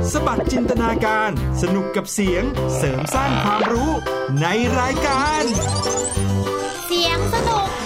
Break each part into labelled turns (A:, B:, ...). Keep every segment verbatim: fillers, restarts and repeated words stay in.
A: สบัดจินตนาการสนุกกับเสียงเสริมสร้างความรู้ในรายการ
B: เสียงสนุก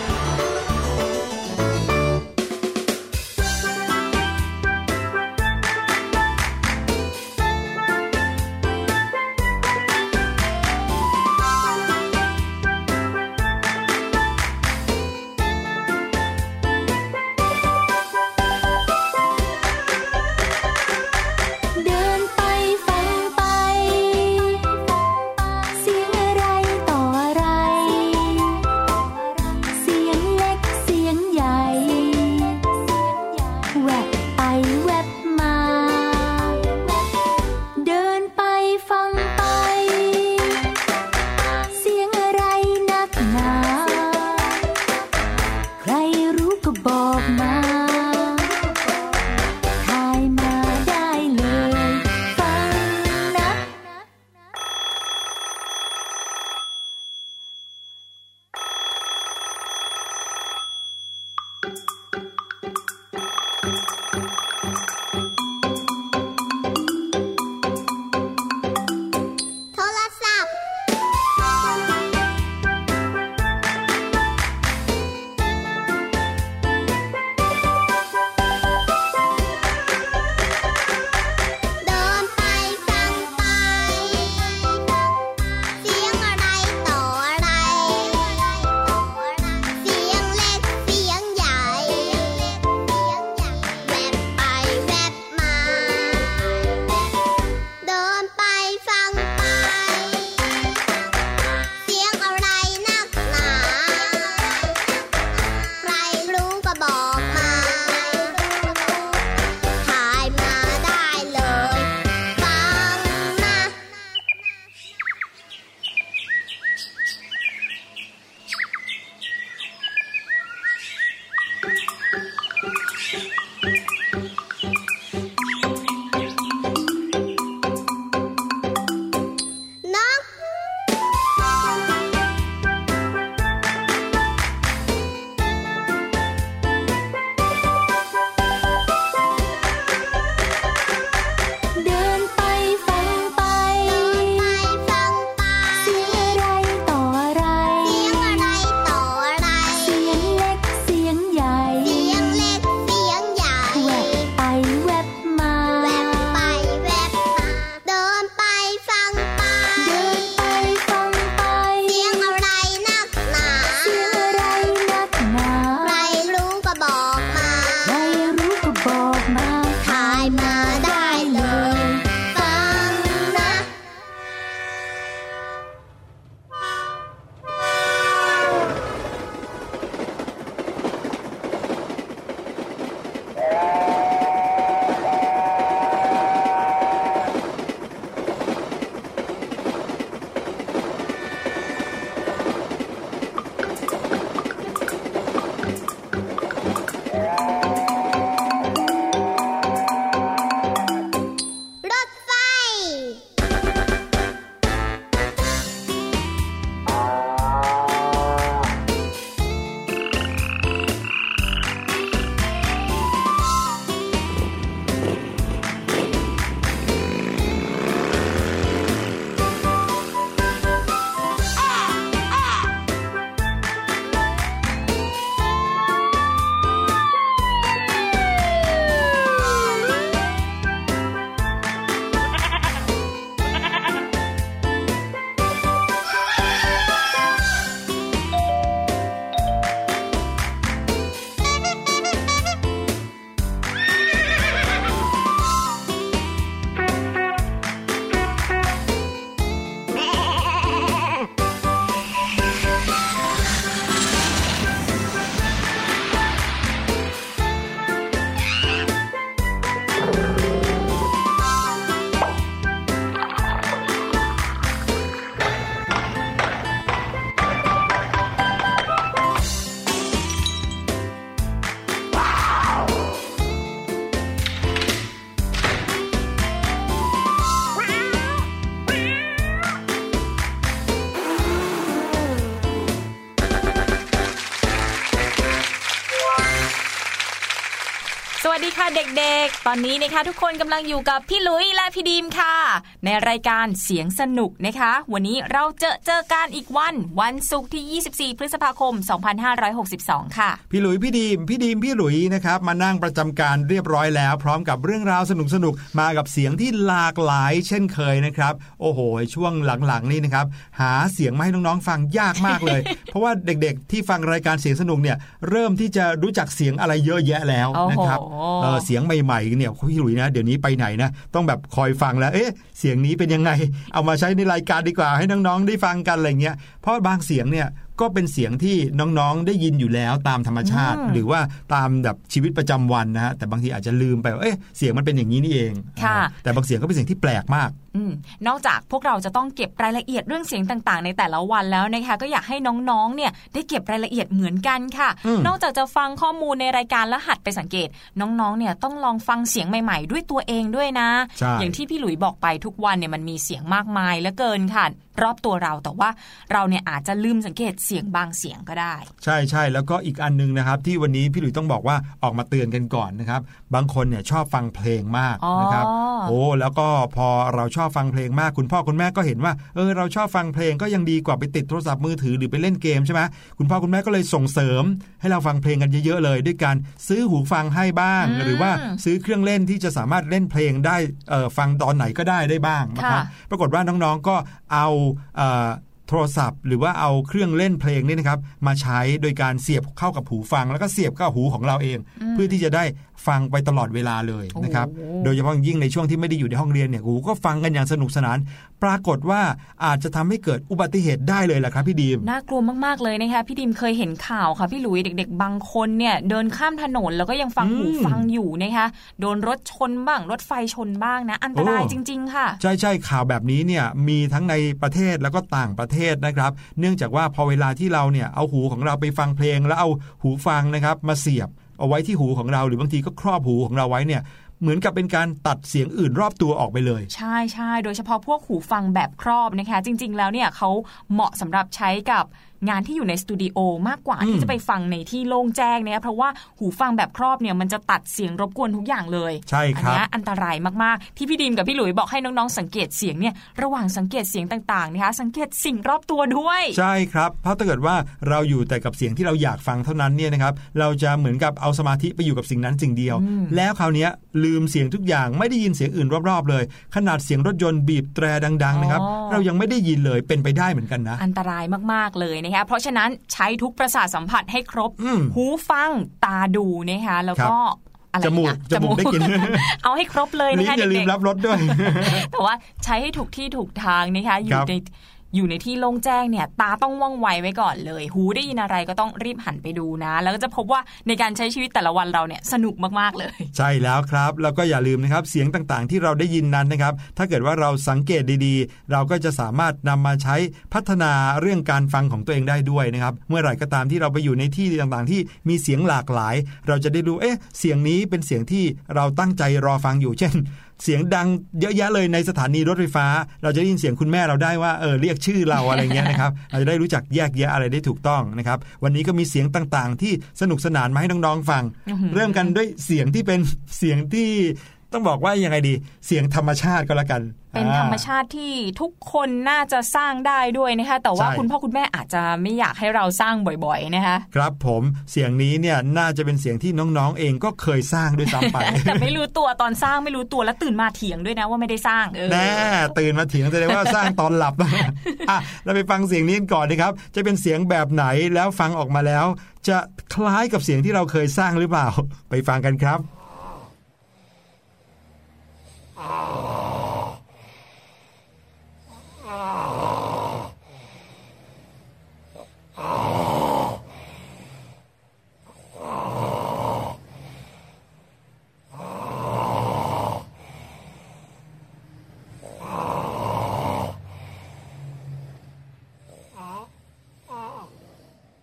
C: ดีค่ะเด็กๆตอนนี้นะคะทุกคนกำลังอยู่กับพี่ลุยและพี่ดีมค่ะในรายการเสียงสนุกนะคะวันนี้เราเจอเจอกันอีกวันวันศุกร์ที่ยี่สิบสี่พฤษภาคมสองพันห้าร้อยหกสิบสองค่ะ
A: พี่ลุยพี่ดีมพี่ดีมพี่ลุยนะครับมานั่งประจำการเรียบร้อยแล้วพร้อมกับเรื่องราวสนุกๆมากับเสียงที่หลากหลายเช่นเคยนะครับโอ้โหช่วงหลังๆนี่นะครับหาเสียงมาให้น้องๆฟังยากมากเลย เพราะว่าเด็กๆที่ฟังรายการเสียงสนุกเนี่ยเริ่มที่จะรู้จักเสียงอะไรเยอะแยะแล้วนะครับเออเสียงใหม่ๆเนี่ยพี่หลุยนะเดี๋ยวนี้ไปไหนนะต้องแบบคอยฟังแล้วเอ๊ะเสียงนี้เป็นยังไงเอามาใช้ในรายการดีกว่าให้น้องๆได้ฟังกันอะไรเงี้ยเพราะบางเสียงเนี่ยก็เป็นเสียงที่น้องๆได้ยินอยู่แล้วตามธรรมชาติหรือว่าตามแบบชีวิตประจำวันนะฮะแต่บางทีอาจจะลืมไปว่าเอ๊ะเสียงมันเป็นอย่างนี้นี่เองแต่บางเสียงก็เป็นเสียงที่แปลกมาก
C: นอกจากพวกเราจะต้องเก็บรายละเอียดเรื่องเสียงต่างๆในแต่ละวันแล้วนะคะก็อยากให้น้องๆเนี่ยได้เก็บรายละเอียดเหมือนกันค่ะนอกจากจะฟังข้อมูลในรายการและหัดไปสังเกตน้องๆเนี่ยต้องลองฟังเสียงใหม่ๆด้วยตัวเองด้วยนะอย่างที่พี่หลุยบอกไปทุกวันเนี่ยมันมีเสียงมากมายเหลือเกินค่ะรอบตัวเราแต่ว่าเราเนี่ยอาจจะลืมสังเกตเสียงบางเสียงก็ได้
A: ใช่ใช่แล้วก็อีกอันนึงนะครับที่วันนี้พี่หลุยต้องบอกว่าออกมาเตือนกันก่อนนะครับบางคนเนี่ยชอบฟังเพลงมากนะครับโอ้แล้วก็พอเราชอบฟังเพลงมากคุณพ่อคุณแม่ก็เห็นว่าเออเราชอบฟังเพลงก็ยังดีกว่าไปติดโทรศัพท์มือถือหรือไปเล่นเกมใช่ไหมคุณพ่อคุณแม่ก็เลยส่งเสริมให้เราฟังเพลงกันเยอะๆเลยด้วยการซื้อหูฟังให้บ้างหรือว่าซื้อเครื่องเล่นที่จะสามารถเล่นเพลงได้เออฟังตอนไหนก็ได้ได้บ้างนะครับปรากฏว่าน้องๆก็เอาเอ่อโทรศัพท์หรือว่าเอาเครื่องเล่นเพลงนี่นะครับมาใช้โดยการเสียบเข้ากับหูฟังแล้วก็เสียบเข้าหูของเราเองเพื่อที่จะได้ฟังไปตลอดเวลาเลยนะครับโดยเฉพาะยิ่งในช่วงที่ไม่ได้อยู่ในห้องเรียนเนี่ยหูก็ฟังกันอย่างสนุกสนานปรากฏว่าอาจจะทำให้เกิดอุบัติเหตุได้เลยแหละครับพี่ดีม
C: น่ากลัวมากๆเลยนะคะพี่ดีมเคยเห็นข่าวค่ะพี่หลุยเด็กๆบางคนเนี่ยเดินข้ามถนนแล้วก็ยังฟังหูฟังอยู่นะคะโดนรถชนบ้างรถไฟชนบ้างนะอันตรายจริงๆค่ะ
A: ใช่ๆข่าวแบบนี้เนี่ยมีทั้งในประเทศแล้วก็ต่างประเทศนะครับเนื่องจากว่าพอเวลาที่เราเนี่ยเอาหูของเราไปฟังเพลงแล้วเอาหูฟังนะครับมาเสียบเอาไว้ที่หูของเราหรือบางทีก็ครอบหูของเราไว้เนี่ยเหมือนกับเป็นการตัดเสียงอื่นรอบตัวออกไปเลย
C: ใช่ใช่โดยเฉพาะพวกหูฟังแบบครอบนะคะจริงๆแล้วเนี่ยเขาเหมาะสำหรับใช้กับงานที่อยู่ในสตูดิโอมากกว่าที่จะไปฟังในที่โล่งแจ้งเนี่ยเพราะว่าหูฟังแบบครอบเนี่ยมันจะตัดเสียงรบกวนทุกอย่างเลย
A: ใช่ครับอันนี้
C: อันตรายมากๆที่พี่ดีมกับพี่หลุยบอกให้น้องๆสังเกตเสียงเนี่ยระหว่างสังเกตเสียงต่างๆนะคะสังเกตสิ่งรอบตัวด้วย
A: ใช่ครับเพราะถ้าเกิดว่าเราอยู่แต่กับเสียงที่เราอยากฟังเท่านั้นเนี่ยนะครับเราจะเหมือนกับเอาสมาธิไปอยู่กับสิ่งนั้นสิ่งเดียวแล้วคราวนี้ลืมเสียงทุกอย่างไม่ได้ยินเสียงอื่นรอบๆเลยขนาดเสียงรถยนต์บีบแตรดังๆนะครับเรายังไม่ได้ยินเลยเป็นไปได้เหมือนกันนะ
C: อันตรายมากๆเลยนะคะเพราะฉะนั้นใช้ทุกประสาทสัมผัสให้ครบหูฟังตาดูนะคะแล้วก็
A: จมูกจมูกได้กิน
C: เอาให้ครบเลยนะคะ
A: เด็กๆอย่าลืมรับรสด้วย
C: แต่ว่าใช้ให้ถูกที่ถูกทางนะคะอยู่ในอยู่ในที่โล่งแจ้งเนี่ยตาต้องว่องไวไว้ก่อนเลยหูได้ยินอะไรก็ต้องรีบหันไปดูนะแล้วก็จะพบว่าในการใช้ชีวิตแต่ละวันเราเนี่ยสนุกมากๆเลย
A: ใช่แล้วครับแล้วก็อย่าลืมนะครับเสียงต่างๆที่เราได้ยินนั้นนะครับถ้าเกิดว่าเราสังเกตดีๆเราก็จะสามารถนำมาใช้พัฒนาเรื่องการฟังของตัวเองได้ด้วยนะครับเมื่อไหร่ก็ตามที่เราไปอยู่ในที่ต่างๆที่มีเสียงหลากหลายเราจะได้รู้เอ๊ะเสียงนี้เป็นเสียงที่เราตั้งใจรอฟังอยู่เช่นเสียงดังเยอะแยะเลยในสถานีรถไฟฟ้าเราจะได้ยินเสียงคุณแม่เราได้ว่าเออเรียกชื่อเราอะไรเงี้ยนะครับเราจะได้รู้จักแยกแยะอะไรได้ถูกต้องนะครับวันนี้ก็มีเสียงต่างๆที่สนุกสนานมาให้น้องๆฟังเริ่มกันด้วยเสียงที่เป็นเสียงที่ต้องบอกว่ายังไงดีเสียงธรรมชาติก็แล้วกัน
C: เป็นธรรมชาติที่ทุกคนน่าจะสร้างได้ด้วยนะคะแต่ว่าคุณพ่อคุณแม่อาจจะไม่อยากให้เราสร้างบ่อยๆนะคะ
A: ครับผมเสียงนี้เนี่ยน่าจะเป็นเสียงที่น้องๆเองก็เคยสร้างด้วยซ้ำไป
C: แต่ไม่รู้ตัวตอนสร้างไม่รู้ตัวแล้วตื่นมาเถียงด้วยนะว่าไม่ได้สร้าง
A: แน่ตื่นมาเถียงแสดงว่าสร้างตอนหลับอ่ะเราไปฟังเสียงนี้ก่อนนะครับจะเป็นเสียงแบบไหนแล้วฟังออกมาแล้วจะคล้ายกับเสียงที่เราเคยสร้างหรือเปล่าไปฟังกันครับ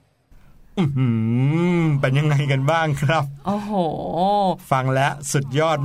A: เป็นยังไงกันบ้างครับ
C: โอ้โห
A: ฟังแล้วสุดยอดไหม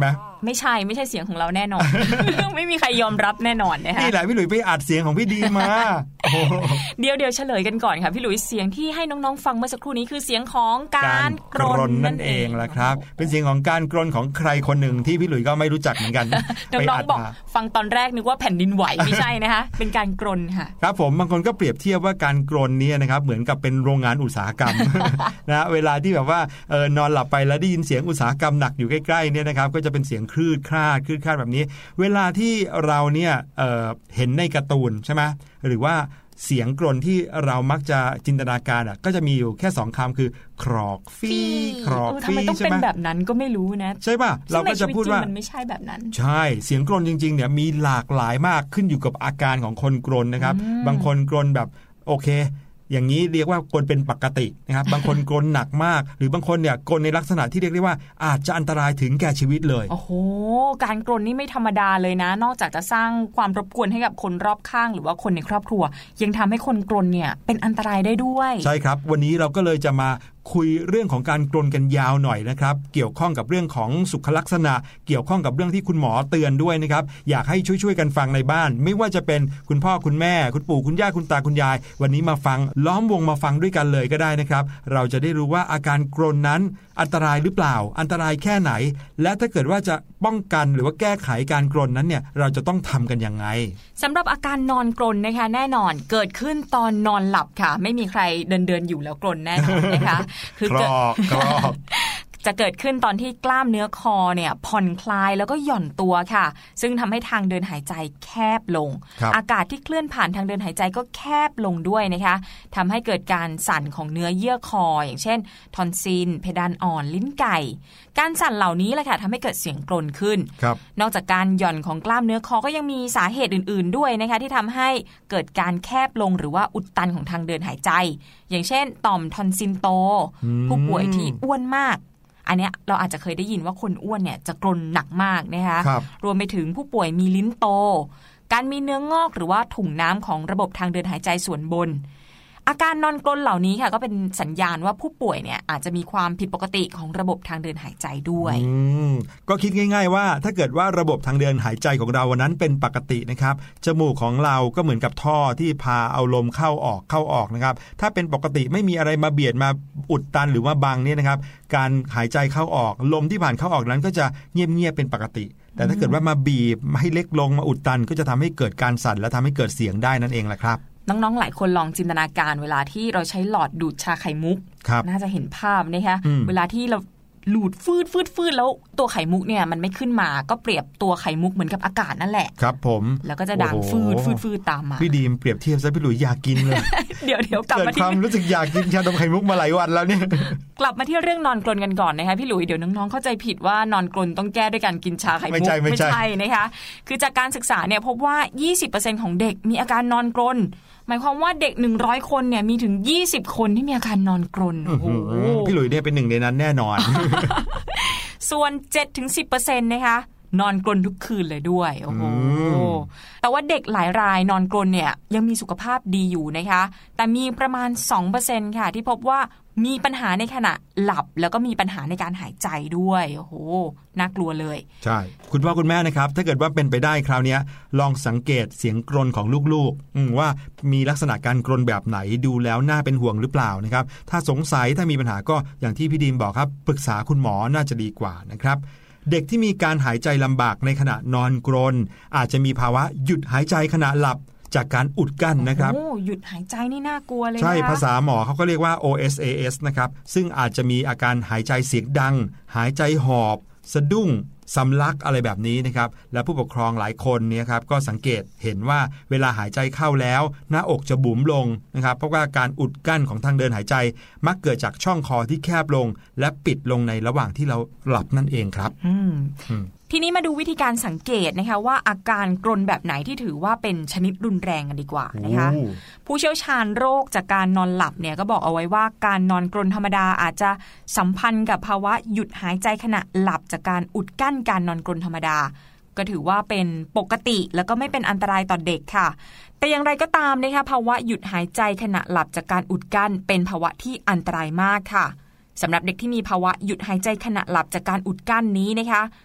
C: ไม่ใช่ไม่ใช่เสียงของเราแน่นอน ไม่มีใครยอมรับแน่นอนนะคะ
A: นี่แหละพี่หลุยไปอัดเสียงของพี่ดีมา
C: เดี๋ยวเดี๋ยวเฉลยกันก่อนค่ะพี่หลุยเสียงที่ให้น้องๆฟังเมื่อสักครู่นี้คือเสียงของการกรนนั่นเอง
A: ล่ะครับเป็นเสียงของการกรนของใครคนหนึ่งที่พี่หลุยก็ไม่รู้จักเหมือนกัน
C: น้องๆบอกฟังตอนแรกนึกว่าแผ่นดินไหวไม่ใช่นะคะเป็นการกรนค่ะ
A: ครับผมบางคนก็เปรียบเทียบว่าการกรนนี้นะครับเหมือนกับเป็นโรงงานอุตสาหกรรม นะเวลาที่แบบว่าเออนอนหลับไปแล้วได้ยินเสียงอุตสาหกรรมหนักอยู่ใกล้ๆเนี่ยนะครับก็จะเป็นเสียงคลืดคลาดคลืดคลาดแบบนี้เวลาที่เราเนี่ย เ, เห็นในการ์ตูนใช่ไหมหรือว่าเสียงกรนที่เรามักจะจินตนาการอ่ะก็จะมีอยู่แค่สองคำคือครอกฟี่ครอกฟี่
C: ใช่ไหมทำไมต้องเป็นแบบนั้นก็ไม่รู้นะ
A: ใช่ป่ะเราก็จะพูดว่า
C: มันไม่ใช่แบบนั้น
A: ใช่เสียงกรนจริงๆเนี่ยมีหลากหลายมากขึ้นอยู่กับอาการของคนกรนนะครับบางคนกรนแบบโอเคอย่างนี้เรียกว่ากรนเป็นปกตินะครับบางคนกรนหนักมากหรือบางคนเนี่ยกรนในลักษณะที่เรียกได้ว่าอาจจะอันตรายถึงแก่ชีวิตเลย
C: โอ้โหการกรนนี่ไม่ธรรมดาเลยนะนอกจากจะสร้างความรบกวนให้กับคนรอบข้างหรือว่าคนในครอบครัวยังทำให้คนกรนเนี่ยเป็นอันตรายได้ด้วย
A: ใช่ครับวันนี้เราก็เลยจะมาคุยเรื่องของการกรนกันยาวหน่อยนะครับเกี่ยวข้องกับเรื่องของสุขลักษณะเกี่ยวข้องกับเรื่องที่คุณหมอเตือนด้วยนะครับอยากให้ช่วยๆกันฟังในบ้านไม่ว่าจะเป็นคุณพ่อคุณแม่คุณปู่คุณย่าคุณตาคุณยายวันนี้มาฟังล้อมวงมาฟังด้วยกันเลยก็ได้นะครับเราจะได้รู้ว่าอาการกรนนั้นอันตรายหรือเปล่าอันตรายแค่ไหนและถ้าเกิดว่าจะป้องกันหรือว่าแก้ไขการกรนนั้นเนี่ยเราจะต้องทำกันยังไง
C: สำหรับอาการนอนกรนนะคะแน่นอนเกิดขึ้นตอนนอนหลับค่ะไม่มีใครเดินเดินอยู่แล้วกรนแน่นอนนะคะ
A: คือเกิด
C: จะเกิดขึ้นตอนที่กล้ามเนื้อคอเนี่ยผ่อนคลายแล้วก็หย่อนตัวค่ะซึ่งทำให้ทางเดินหายใจแคบลงอากาศที่เคลื่อนผ่านทางเดินหายใจก็แคบลงด้วยนะคะทำให้เกิดการสั่นของเนื้อเยื่อคออย่างเช่นทอนซิลเพดานอ่อนลิ้นไก่การสั่นเหล่านี้แหละค่ะทำให้เกิดเสียงกรนขึ้นนอกจากการหย่อนของกล้ามเนื้อคอก็ยังมีสาเหตุอื่นๆด้วยนะคะที่ทำให้เกิดการแคบลงหรือว่าอุดตันของทางเดินหายใจอย่างเช่นต่อมทอนซิลโตผู้ป่วยที่อ้วนมากอันเนี้ยเราอาจจะเคยได้ยินว่าคนอ้วนเนี่ยจะกรนหนักมากนะคะรวมไปถึงผู้ป่วยมีลิ้นโตการมีเนื้องอกหรือว่าถุงน้ำของระบบทางเดินหายใจส่วนบนอาการนอนกรนเหล่านี้ค่ะก็เป็นสัญญาณว่าผู้ป่วยเนี่ยอาจจะมีความผิดปกติของระบบทางเดินหายใจด้วย
A: ก็คิดง่ายๆว่าถ้าเกิดว่าระบบทางเดินหายใจของเราวันนั้นเป็นปกตินะครับจมูกของเราก็เหมือนกับท่อที่พาเอาลมเข้าออกเข้าออกนะครับถ้าเป็นปกติไม่มีอะไรมาเบียดมาอุดตันหรือว่าบังเนี่ยนะครับการหายใจเข้าออกลมที่ผ่านเข้าออกนั้นก็จะเงียบๆเป็นปกติแต่ถ้าเกิดว่ามาบีบให้เล็กลงมาอุดตันก็จะทำให้เกิดการสั่นและทำให้เกิดเสียงได้นั่นเองแหละครับ
C: น้องๆหลายคนลองจินตนาการเวลาที่เราใช้หลอดดูดชาไข่มุกน่าจะเห็นภาพนะคะเวลาที่เราหลูดฟืดฟืดฟืดแล้วตัวไข่มุกเนี่ยมันไม่ขึ้นมาก็เปรียบตัวไข่มุกเหมือนกับอากาศนั่นแหละ
A: ครับผม
C: แล้วก็จะดังฟืดฟืดฟืดตามมา
A: พี่ดีมเปรียบเทียบซะพี่หลุยอยากกินเลย
C: เดี๋ยวเดี๋ยวกลับมาที่
A: ความรู้สึกอยากกินชาดมไข่มุกมาหลายวันแล้วเนี่ย
C: กลับมาที่เรื่องนอนกรนกันก่อนนะคะพี่หลุยเดี๋ยวน้องๆเข้าใจผิดว่านอนกรนต้องแก้ด้วยการกินชาไข่มุก
A: ไม่ใช่ไม่ใช่
C: นะคะคือจากการศึกษาเนี่ยพบว่า ยี่สิบเปอร์เซ็นต์ ของเด็กมีอาการนอนกรนหมายความว่าเด็กหนึ่งร้อยคนเนี่ยมีถึงยี่สิบคนที่มีอาการนอนกรนโอ้โห
A: พี่หลุยเนี่ยเป็นหนึ่งในนั้นแน่นอน
C: ส่วน เจ็ดถึงสิบเปอร์เซ็นต์ นะคะนอนกรนทุกคืนเลยด้วยโอ้โหแต่ว่าเด็กหลายรายนอนกรนเนี่ยยังมีสุขภาพดีอยู่นะคะแต่มีประมาณ สองเปอร์เซ็นต์ ค่ะที่พบว่ามีปัญหาในขณะหลับแล้วก็มีปัญหาในการหายใจด้วยโอ้โหน่ากลัวเลย
A: ใช่คุณพ่อคุณแม่นะครับถ้าเกิดว่าเป็นไปได้คราวนี้ลองสังเกตเสียงกรนของลูกๆว่ามีลักษณะการกรนแบบไหนดูแล้วน่าเป็นห่วงหรือเปล่านะครับถ้าสงสัยถ้ามีปัญหาก็อย่างที่พี่ดีมบอกครับปรึกษาคุณหมอน่าจะดีกว่านะครับเด็กที่มีการหายใจลำบากในขณะนอนกรนอาจจะมีภาวะหยุดหายใจขณะหลับจากการอุดกั้นนะครับ
C: โอ้หยุดหายใจนี่น่ากลัวเลยนะ
A: ใช่ภาษาหมอเขาก็เรียกว่า โอ เอส เอ เอส นะครับซึ่งอาจจะมีอาการหายใจเสียงดังหายใจหอบสะดุ้งสำลักอะไรแบบนี้นะครับและผู้ปกครองหลายคนเนี่ยครับก็สังเกตเห็นว่าเวลาหายใจเข้าแล้วหน้าอกจะบุ๋มลงนะครับเพราะว่าการอุดกั้นของทางเดินหายใจมักเกิดจากช่องคอที่แคบลงและปิดลงในระหว่างที่เราหลับนั่นเองครับ
C: อืมทีนี้มาดูวิธีการสังเกตนะคะว่าอาการกรนแบบไหนที่ถือว่าเป็นชนิดรุนแรงกันดีกว่านะคะผู้เชี่ยวชาญโรคจากการนอนหลับเนี่ยก็บอกเอาไว้ว่าการนอนกรนธรรมดาอาจจะสัมพันธ์กับภาวะหยุดหายใจขณะหลับจากการอุดกั้นการนอนกรนธรรมดาก็ถือว่าเป็นปกติแล้วก็ไม่เป็นอันตรายต่อเด็กค่ะแต่อย่างไรก็ตามนะคะภาวะหยุดหายใจขณะหลับจากการอุดกั้นเป็นภาวะที่อันตรายมากค่ะสำหรับเด็กที่มีภาวะหยุดหายใจขณะหลับจากการอุดกั้นนี้นะคะ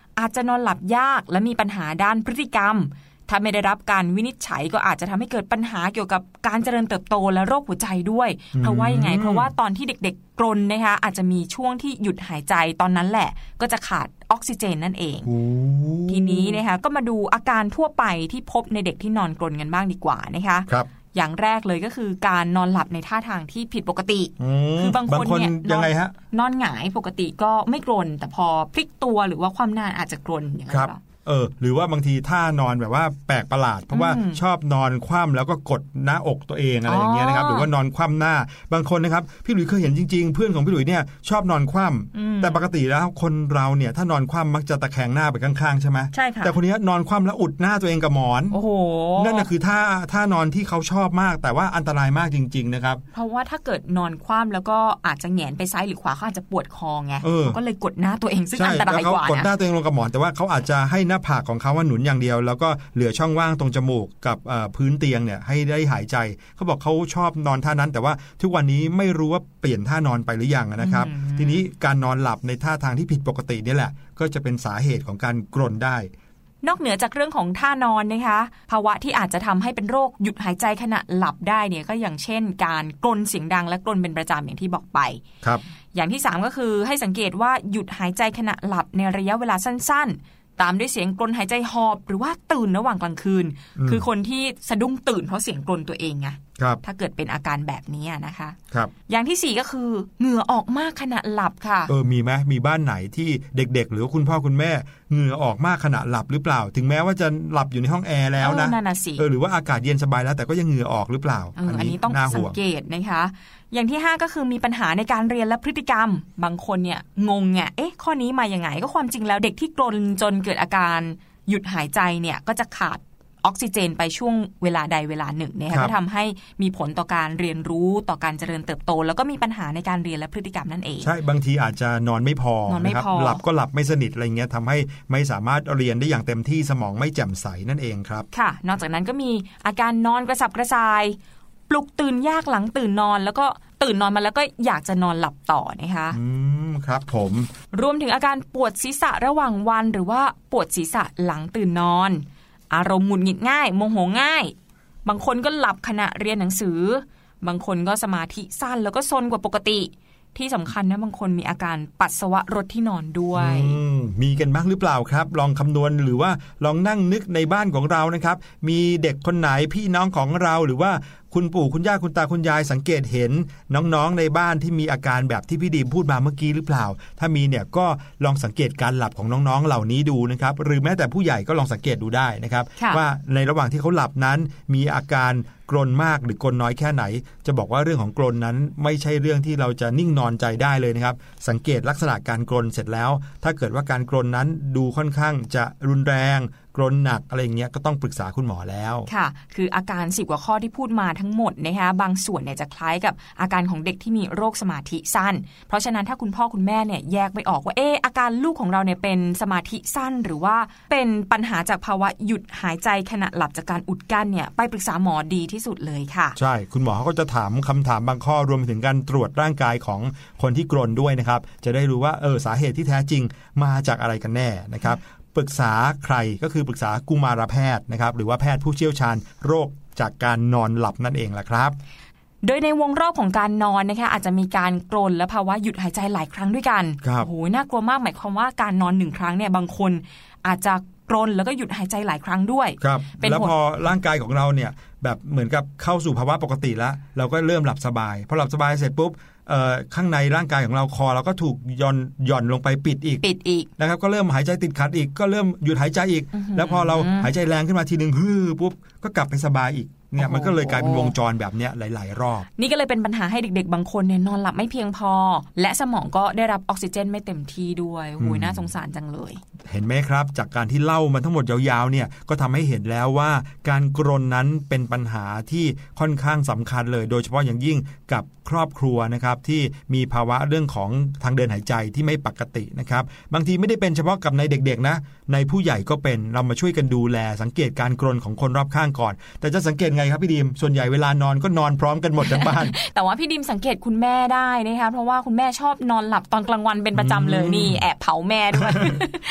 C: อาจจะนอนหลับยากและมีปัญหาด้านพฤติกรรมถ้าไม่ได้รับการวินิจฉัยก็อาจจะทำให้เกิดปัญหาเกี่ยวกับการเจริญเติบโตและโรคหัวใจด้วยเพราะว่ายังไงเพราะว่าตอนที่เด็กๆกรนนะคะอาจจะมีช่วงที่หยุดหายใจตอนนั้นแหละก็จะขาดออกซิเจนนั่นเองทีนี้นะคะก็มาดูอาการทั่วไปที่พบในเด็กที่นอนกรนกันบ้างดีกว่านะคะครับอย่างแรกเลยก็คือการนอนหลับในท่าทางที่ผิดปกติคือบางคนเนี่ยยังไงฮะนอนหงายปกติก็ไม่กรนแต่พอพลิกตัวหรือว่าความหน้าอาจจะกรนอย่างนั้นหรอ
A: เออหรือว่าบางทีท่านอนแบบว่าแปลกประหลาดเพราะว่าชอบนอนคว่ำแล้วก็กดหน้าอกตัวเองอะไรอย่างเงี้ยนะครับหรือว่านอนคว่ำหน้าบางคนนะครับพี่หลุยเคยเห็นจริงๆเพื่อนของพี่หลุยเนี่ยชอบนอนคว่ำแต่ปกติแล้วคนเราเนี่ยถ้านอนคว่ำมักจะตะแคงหน้าไปข้างๆใช่ไหมใช่ค่ะแต่คนนี้นอนคว่ำแล้วอุดหน้าตัวเองกับหมอนโอ้โหนั่นน่ะคือท่าท่านอนที่เขาชอบมากแต่ว่าอันตรายมากจริงๆนะครับ
C: เพราะว่าถ้าเกิดนอนคว่ำแล้วก็อาจจะแหงนไปซ้ายหรือขวาเขาอาจจะปวดคอไงเขาก็เลยกดหน้าตัวเองซึ่งอันตรายกว่านะ
A: กดหน้าตัวเองลงกับหมอนแต่ว่าเขาอาจจะให้หน้าผากของเขาว่าหนุนอย่างเดียวแล้วก็เหลือช่องว่างตรงจมูกกับพื้นเตียงเนี่ยให้ได้หายใจเขาบอกเขาชอบนอนท่านั้นแต่ว่าทุกวันนี้ไม่รู้ว่าเปลี่ยนท่านอนไปหรือยังนะครับทีนี้การนอนหลับในท่าทางที่ผิดปกตินี่แหละก็จะเป็นสาเหตุของการกรนได้
C: นอกเหนือจากเรื่องของท่านอนนะคะภาวะที่อาจจะทำให้เป็นโรคหยุดหายใจขณะหลับได้เนี่ยก็อย่างเช่นการกรนเสียงดังและกรนเป็นประจำอย่างที่บอกไปครับอย่างที่สามก็คือให้สังเกตว่าหยุดหายใจขณะหลับในระยะเวลาสั้นๆตามด้วยเสียงกรนหายใจหอบหรือว่าตื่นระหว่างกลางคืนคือคนที่สะดุ้งตื่นเพราะเสียงกรนตัวเองไงถ้าเกิดเป็นอาการแบบนี้นะคะครับอย่างที่สี่ก็คือเหงื่อออกมากขณะหลับค่ะ
A: เออมีไหมมีบ้านไหนที่เด็กๆหรือคุณพ่อคุณแม่เหงื่อออกมากขณะหลับหรือเปล่าถึงแม้ว่าจะหลับอยู่ในห้องแอร์แล้วนะเออหรือว่าอากาศเย็นสบายแล้วแต่ก็ยังเหงื่อออกหรือเปล่า
C: อ, อันนี้ต้องสังเกตนะคะอย่างที่ห้าก็คือมีปัญหาในการเรียนและพฤติกรรมบางคนเนี่ยงงไงเอ๊ะข้อนี้มายังไงก็ความจริงแล้วเด็กที่กรนจนเกิดอาการหยุดหายใจเนี่ยก็จะขาดออกซิเจนไปช่วงเวลาใดเวลาหนึ่งนะคะก็ทำให้มีผลต่อการเรียนรู้ต่อการเจริญเติบโตแล้วก็มีปัญหาในการเรียนและพฤติกรรมนั่นเอง
A: ใช่บางทีอาจจะนอนไม่พอนะครับหลับก็หลับไม่สนิทอะไรเงี้ยทำให้ไม่สามารถเรียนได้อย่างเต็มที่สมองไม่แจ่มใสนั่นเองครับ
C: ค่ะนอกจากนั้นก็มีอาการนอนกระสับกระส่ายปลุกตื่นยากหลังตื่นนอนแล้วก็ตื่นนอนมาแล้วก็อยากจะนอนหลับต่อนะคะ
A: อืมครับผม
C: รวมถึงอาการปวดศีรษะระหว่างวันหรือว่าปวดศีรษะหลังตื่นนอนอารมณ์หงุดหงิดง่ายโมโหง่ายบางคนก็หลับขณะเรียนหนังสือบางคนก็สมาธิสั้นแล้วก็ซนกว่าปกติที่สำคัญนะบางคนมีอาการปัสสาวะรถที่นอนด้วย
A: มีกันบ้างหรือเปล่าครับลองคำนวณหรือว่าลองนั่งนึกในบ้านของเรานะครับมีเด็กคนไหนพี่น้องของเราหรือว่าคุณปู่คุณย่าคุณตาคุณยายสังเกตเห็นน้องๆในบ้านที่มีอาการแบบที่พี่ดีมพูดมาเมื่อกี้หรือเปล่าถ้ามีเนี่ยก็ลองสังเกตการหลับของน้องๆเหล่านี้ดูนะครับหรือแม้แต่ผู้ใหญ่ก็ลองสังเกตดูได้นะครับว่าในระหว่างที่เขาหลับนั้นมีอาการกรนมากหรือกรนน้อยแค่ไหนจะบอกว่าเรื่องของกรนนั้นไม่ใช่เรื่องที่เราจะนิ่งนอนใจได้เลยนะครับสังเกตลักษณะการกรนเสร็จแล้วถ้าเกิดว่าการกรนนั้นดูค่อนข้างจะรุนแรงกรนหนักอะไรอย่างเงี้ยก็ต้องปรึกษาคุณหมอแล้ว
C: ค่ะคืออาการสิบกว่าข้อที่พูดมาทั้งหมดนะคะบางส่วนเนี่ยจะคล้ายกับอาการของเด็กที่มีโรคสมาธิสั้นเพราะฉะนั้นถ้าคุณพ่อคุณแม่เนี่ยแยกไม่ออกว่าเอออาการลูกของเราเนี่ยเป็นสมาธิสั้นหรือว่าเป็นปัญหาจากภาวะหยุดหายใจขณะหลับจากการอุดกั้นเนี่ยไปปรึกษาหมอดีที่สุดเลยค่ะ
A: ใช่คุณหมอเขาก็จะถามคำถามบางข้อรวมไปถึงการตรวจร่างกายของคนที่กรนด้วยนะครับจะได้รู้ว่าเออสาเหตุที่แท้จริงมาจากอะไรกันแน่นะครับปรึกษาใครก็คือปรึกษากุมารแพทย์นะครับหรือว่าแพทย์ผู้เชี่ยวชาญโรคจากการนอนหลับนั่นเองล่ะครับ
C: โดยในวงรอบของการนอนนะคะอาจจะมีการกรนและภาวะหยุดหายใจหลายครั้งด้วยกันโอ้โหน่ากลัวมากหมายความว่าการนอนหนึ่งครั้งเนี่ยบางคนอาจจะกรนแล้วก็หยุดหายใจหลายครั้งด้วย
A: ครับแล้วพอร่างกายของเราเนี่ยแบบเหมือนกับเข้าสู่ภาวะปกติแล้วเราก็เริ่มหลับสบายพอหลับสบายเสร็จปุ๊บข้างในร่างกายของเราคอเราก็ถูกย่อนหย่อนลงไปปิดอีก
C: ปิดอีก
A: นะครับก็เริ่มหายใจติดขัดอีกก็เริ่มหยุดหายใจอีกแล้วพอเราหายใจแรงขึ้นมาทีนึงฮึปุ๊บก็กลับไปสบายอีกเนี่ยมันก็เลยกลายเป็นวงจรแบบเนี้ยหลายๆรอบ
C: นี่ก็เลยเป็นปัญหาให้เด็กๆบางคนเนี่ยนอนหลับไม่เพียงพอและสมองก็ได้รับออกซิเจนไม่เต็มที่ด้วยโอ้ยน่าสงสารจังเลย
A: เห็นไหมครับจากการที่เล่ามาทั้งหมดยาวๆเนี่ยก็ทำให้เห็นแล้วว่าการกรนนั้นเป็นปัญหาที่ค่อนข้างสำคัญเลยโดยเฉพาะอย่างยิ่งกับครอบครัวนะครับที่มีภาวะเรื่องของทางเดินหายใจที่ไม่ปกตินะครับบางทีไม่ได้เป็นเฉพาะกับในเด็กๆนะในผู้ใหญ่ก็เป็นเรามาช่วยกันดูแลสังเกตการกรนของคนรอบข้างก่อนแต่จะสังเกตไงครับพี่ดีมส่วนใหญ่เวลานอนก็นอนพร้อมกันหมดทั้งบ้าน
C: แต่ว่าพี่ดิมสังเกตคุณแม่ได้นะคะเพราะว่าคุณแม่ชอบนอนหลับตอนกลางวันเป็นประจำเลยนี่แอบเผาแม่ด้วย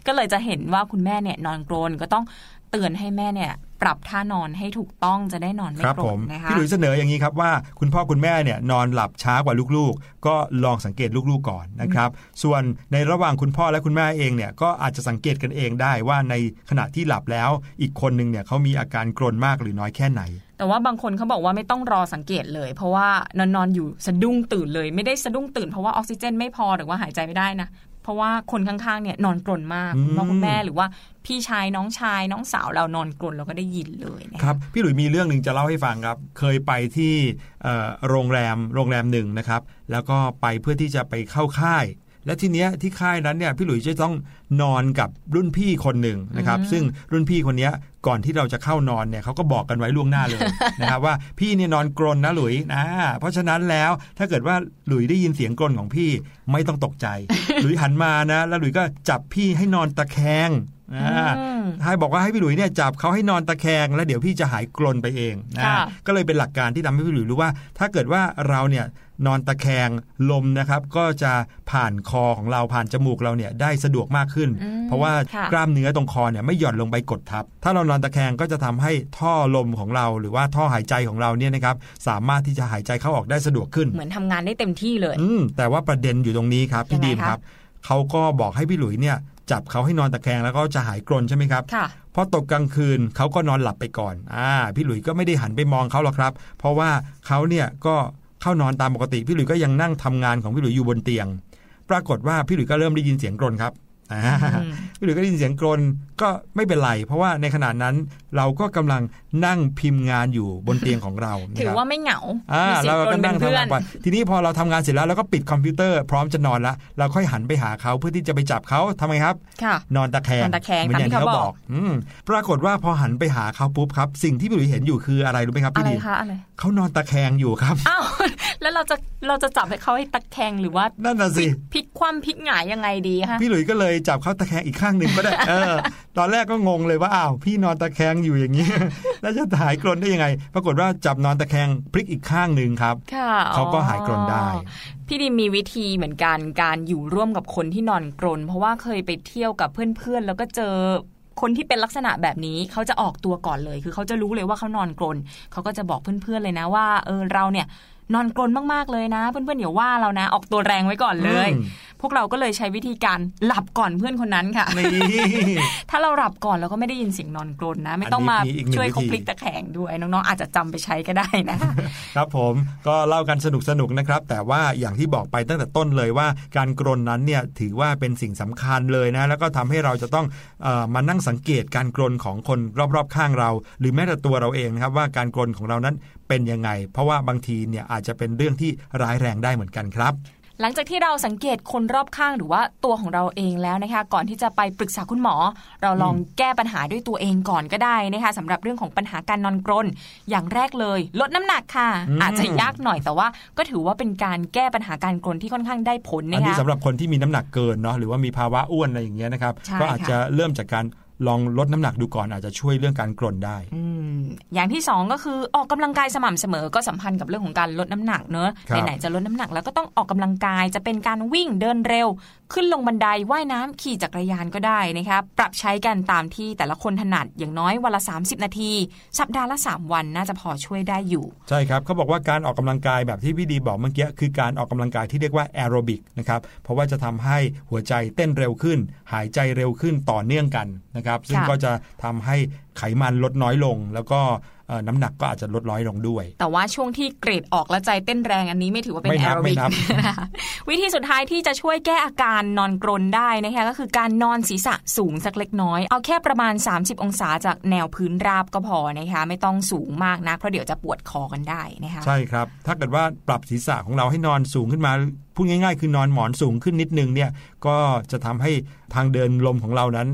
C: ก็เลยจะเห็นว่าคุณแม่เนี่ยนอนกรนก็ต้องเตือนให้แม่เนี่ยปรับท่านอนให้ถูกต้องจะได้นอนไม่กรนนะคะ
A: พี่หลุยเสนออย่างนี้ครับว่าคุณพ่อคุณแม่เนี่ยนอนหลับช้ากว่าลูกๆก็ลองสังเกตลูกๆก่อนนะครับส่วนในระหว่างคุณพ่อและคุณแม่เองเนี่ยก็อาจจะสังเกตกันเองได้ว่าในขณะที่หลับแล้วอีกคนนึงเนี่ยเขามีอาการกรนมากหรือน้อยแค่ไหน
C: แต่ว่าบางคนเขาบอกว่าไม่ต้องรอสังเกตเลยเพราะว่านอนนอนอยู่สะดุ้งตื่นเลยไม่ได้สะดุ้งตื่นเพราะว่าออกซิเจนไม่พอหรือว่าหายใจไม่ได้นะเพราะว่าคนข้างๆเนี่ยนอนกรนมากคุณพ่อคุณแม่หรือว่าพี่ชายน้องชายน้องสาวเรานอนกรนเราก็ได้ยินเลย
A: นะครับพี่หลุยมีเรื่องนึงจะเล่าให้ฟังครับเคยไปที่โรงแรมโรงแรมหนึ่งนะครับแล้วก็ไปเพื่อที่จะไปเข้าค่ายและทีเนี้ยที่ค่ายนั้นเนี่ยพี่หลุยจะต้องนอนกับรุ่นพี่คนหนึ่งนะครับซึ่งรุ่นพี่คนนี้ก่อนที่เราจะเข้านอนเนี่ยเขาก็บอกกันไว้ล่วงหน้าเลยนะครับว่าพี่เนี่ยนอนกรนนะหลุยนะเพราะฉะนั้นแล้วถ้าเกิดว่าหลุยได้ยินเสียงกรนของพี่ไม่ต้องตกใจหลุยหันมานะแล้วหลุยก็จับพี่ให้นอนตะแคงให้บอกว่าให้พี่หลุยเนี่ยจับเขาให้นอนตะแคงแล้วเดี๋ยวพี่จะหายกรนไปเองนะก็เลยเป็นหลักการที่ทำให้พี่หลุยรู้ว่าถ้าเกิดว่าเราเนี่ยนอนตะแคงลมนะครับก็จะผ่านคอของเราผ่านจมูกเราเนี่ยได้สะดวกมากขึ้นเพราะว่ากล้ามเนื้อตรงคอเนี่ยไม่หย่อนลงไปกดทับถ้าเรานอนตะแคงก็จะทำให้ท่อลมของเราหรือว่าท่อหายใจของเราเนี่ยนะครับสามารถที่จะหายใจเข้าออกได้สะดวกขึ้น
C: เหมือนทำงานได้เต็มที่เลย
A: อืมแต่ว่าประเด็นอยู่ตรงนี้ครับพี่ดีมครับเขาก็บอกให้พี่หลุยเนี่ยจับเขาให้นอนตะแคงแล้วก็จะหายกรนใช่ไหมครับพอตกกลางคืนเขาก็นอนหลับไปก่อนอ่าพี่หลุยก็ไม่ได้หันไปมองเขาหรอกครับเพราะว่าเขาเนี่ยก็เข้านอนตามปกติพี่หลุยก็ยังนั่งทำงานของพี่หลุยอยู่บนเตียงปรากฏว่าพี่หลุยก็เริ่มได้ยินเสียงกรนครับพี่หลุยก็ได้ยินเสียงกรนก็ไม่เป็นไรเพราะว่าในขณะนั้นเราก็กำลังนั่งพิมพ์งานอยู่บนเตียงของเรา
C: ถือว่าไม่เหงา
A: เราก็นั่งทำงานไปทีนี้พอเราทำงานเสร็จแล้วเราก็ปิดคอมพิวเตอร์พร้อมจะนอนแล้วเราค่อยหันไปหาเขาเพื่อที่จะไปจับเขาทำไงครับนอนตะแคงเหมือนอย่างที่เขาบอกปรากฏว่าพอหันไปหาเขาปุ๊บครับสิ่งที่พี่หลุยเห็นอยู่คืออะไรรู้ไหมครับพี่ดิเขานอนตะแคงอยู่ครับ
C: อ้าวแล้วเราจะเราจะจับให้เขาให้ตะแคงหรือว่า
A: นั่นน่ะสิ
C: พลิกคว่ำพลิกหงายยังไงดีคะ
A: พี่หลุยก็เลยจับเขาตะแคงอีกข้างหนึ่งก็ได้เออตอนแรกก็งงเลยว่าอ้าวพี่นอนตะแคงอยู่อย่างนี้แล้วจะหายกรนได้ยังไงปรากฏว่าจับนอนตะแคงพลิกอีกข้างหนึ่งครับเขาก็หายกรนได้
C: พี่ดิมมีวิธีเหมือนกันการอยู่ร่วมกับคนที่นอนกรนเพราะว่าเคยไปเที่ยวกับเพื่อนๆแล้วก็เจอคนที่เป็นลักษณะแบบนี้เขาจะออกตัวก่อนเลยคือเขาจะรู้เลยว่าเขานอนกรนเขาก็จะบอกเพื่อนๆเลยนะว่าเออเราเนี่ยนอนกรนมากๆเลยนะเพื่อนๆอย่าว่าเรานะออกตัวแรงไว้ก่อนเลยพวกเราก็เลยใช้วิธีการหลับก่อนเพื่อนคนนั้นค่ะ ถ้าเราหลับก่อนเราก็ไม่ได้ยินเสียงนอนกรนนะไม่ต้องมาช่วยเขาพลิกตะแคงด้วยน้องๆอาจจะจำไปใช้ก็ได้นะครับ
A: ผมก็เล่ากันสนุกๆนะครับแต่ว่าอย่างที่บอกไปตั้งแต่ต้นเลยว่าการกรนนั้นเนี่ยถือว่าเป็นสิ่งสำคัญเลยนะแล้วก็ทำให้เราจะต้องเอ่อมานั่งสังเกตการกรนของคนรอบๆข้างเราหรือแม้แต่ตัวเราเองนะครับว่าการกรนของเรานั้นเป็นยังไงเพราะว่าบางทีเนี่ยอาจจะเป็นเรื่องที่ร้ายแรงได้เหมือนกันครับ
C: หลังจากที่เราสังเกตคนรอบข้างหรือว่าตัวของเราเองแล้วนะคะก่อนที่จะไปปรึกษาคุณหมอเราลองแก้ปัญหาด้วยตัวเองก่อนก็ได้นะคะสำหรับเรื่องของปัญหาการนอนกรนอย่างแรกเลยลดน้ำหนักค่ะ อ, อาจจะยากหน่อยแต่ว่าก็ถือว่าเป็นการแก้ปัญหาการกรนที่ค่อนข้างได้ผลนะคะอัน
A: นี้สำหรับคนที่มีน้ำหนักเกินเนาะหรือว่ามีภาวะอ้วนอะไรอย่างเงี้ยนะครับก็อาจจะเริ่มจากการลองลดน้ำหนักดูก่อนอาจจะช่วยเรื่องการกรนได้
C: อืมอย่างที่สองก็คือออกกำลังกายสม่ำเสมอก็สัมพันธ์กับเรื่องของการลดน้ำหนักเนอะไหนๆจะลดน้ำหนักแล้วก็ต้องออกกำลังกายจะเป็นการวิ่งเดินเร็วขึ้นลงบันไดว่ายน้ำขี่จักรยานก็ได้นะคะปรับใช้กันตามที่แต่ละคนถนัดอย่างน้อยวันละสามสิบนาทีสัปดาห์ละสามวันน่าจะพอช่วยได้อยู่
A: ใช่ครับเขาบอกว่าการออกกำลังกายแบบที่พี่ดีบอกเมื่อกี้คือการออกกำลังกายที่เรียกว่าแอโรบิกนะครับเพราะว่าจะทำให้หัวใจเต้นเร็วขึ้นหายใจเร็วขึ้นต่อเนื่องกันนะครับซึ่งก็จะทำให้ไขมันลดน้อยลงแล้วก็น้ำหนักก็อาจจะลดน้อยลงด้วย
C: แต่ว่าช่วงที่เกรดออกแล้วใจเต้นแรงอันนี้ไม่ถือว่าเป็นแอโรบิกวิธีสุดท้ายที่จะช่วยแก้อาการนอนกรนได้นะคะก็คือการนอนศีรษะสูงสักเล็กน้อยเอาแค่ประมาณสามสิบองศาจากแนวพื้นราบก็พอนะคะไม่ต้องสูงมากนะเพราะเดี๋ยวจะปวดคอกันได้นะคะ
A: ใช่ครับถ้าเกิดว่าปรับศีรษะของเราให้นอนสูงขึ้นมาพูดง่ายๆคือนอนหมอนสูงขึ้นนิดนึงเนี่ยก็จะทำให้ทางเดินลมของเรานั้น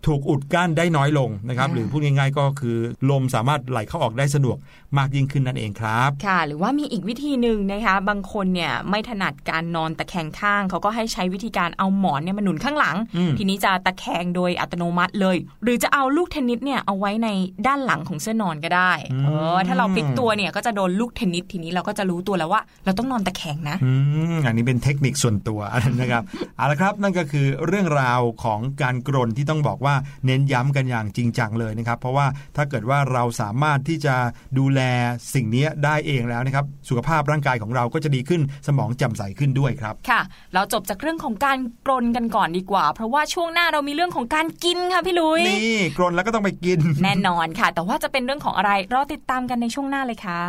A: ถูกอุดกั้นได้น้อยลงนะครับหรือพูดง่ายๆก็คือลมสามารถไหลเข้าออกได้สะดวกมากยิ่งขึ้นนั่นเองครับ
C: ค่ะหรือว่ามีอีกวิธีนึงนะคะบางคนเนี่ยไม่ถนัดการนอนตะแคงข้างเขาก็ให้ใช้วิธีการเอาหมอนเนี่ยมาหนุนข้างหลังทีนี้จะตะแคงโดยอัตโนมัติเลยหรือจะเอาลูกเทนนิสเนี่ยเอาไว้ในด้านหลังของเสื้อนอนก็ได้เออถ้าเราพลิกตัวเนี่ยก็จะโดนลูกเทนนิสทีนี้เราก็จะรู้ตัวแล้วว่าเราต้องนอนตะแคงนะ
A: อืมอันนี้เป็นเทคนิคส่วนตัวนะครับ เอาละครับนั่นก็คือเรื่องราวของการกรนที่ต้องบอกว่าเน้นย้ำกันอย่างจริงจังเลยนะครับเพราะว่าถ้าเกิดว่าเราสามารถที่จะดูแลสิ่งนี้ได้เองแล้วนะครับสุขภาพร่างกายของเราก็จะดีขึ้นสมองแจ่มใสขึ้นด้วยครับ
C: ค่ะเราจบจากเรื่องของการกรนกันก่อนดีกว่าเพราะว่าช่วงหน้าเรามีเรื่องของการกินค่ะพี่ลุย
A: นี่กรนแล้วก็ต้องไปกิน
C: แน่นอนค่ะแต่ว่าจะเป็นเรื่องของอะไรรอติดตามกันในช่วงหน้าเลยค่ะ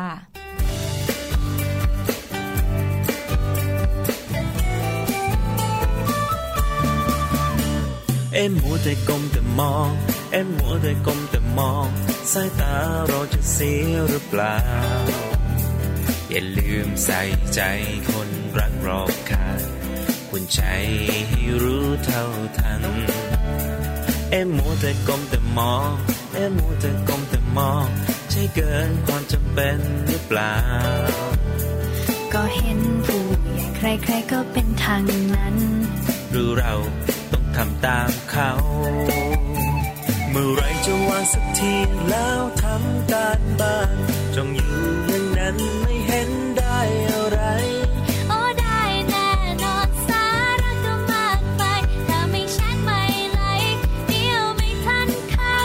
D: เอ็มมัวแต่ก้มแต่มองเอ็มมัวแต่ก้มแต่มองสายตาเราจะเสียหรือเปล่าอย่าลืมใส่ใจคนรักรอบข้างคุณใจให้รู้เท่าทันเอ็มมัวแต่ก้มแต่มองเอ็มมัวแต่ก้มแต่มองใช่เกินความจำเป็นหรือเปล่า
B: ก็เห็นผู้ใหญ่ใครๆก็เป็นทางนั้น
D: หรือเราทำตามเขาเมื่อไรจะวางสักทีแล้วทำการบ้านจ้องอยู่อย่างนั้นไม่เห็นได้อะไร
B: โอ้ได้แน่นอนสาระก็มากไปถ้าไม่แชทไม่ไลค์เดี๋ยวไม่ทันเขา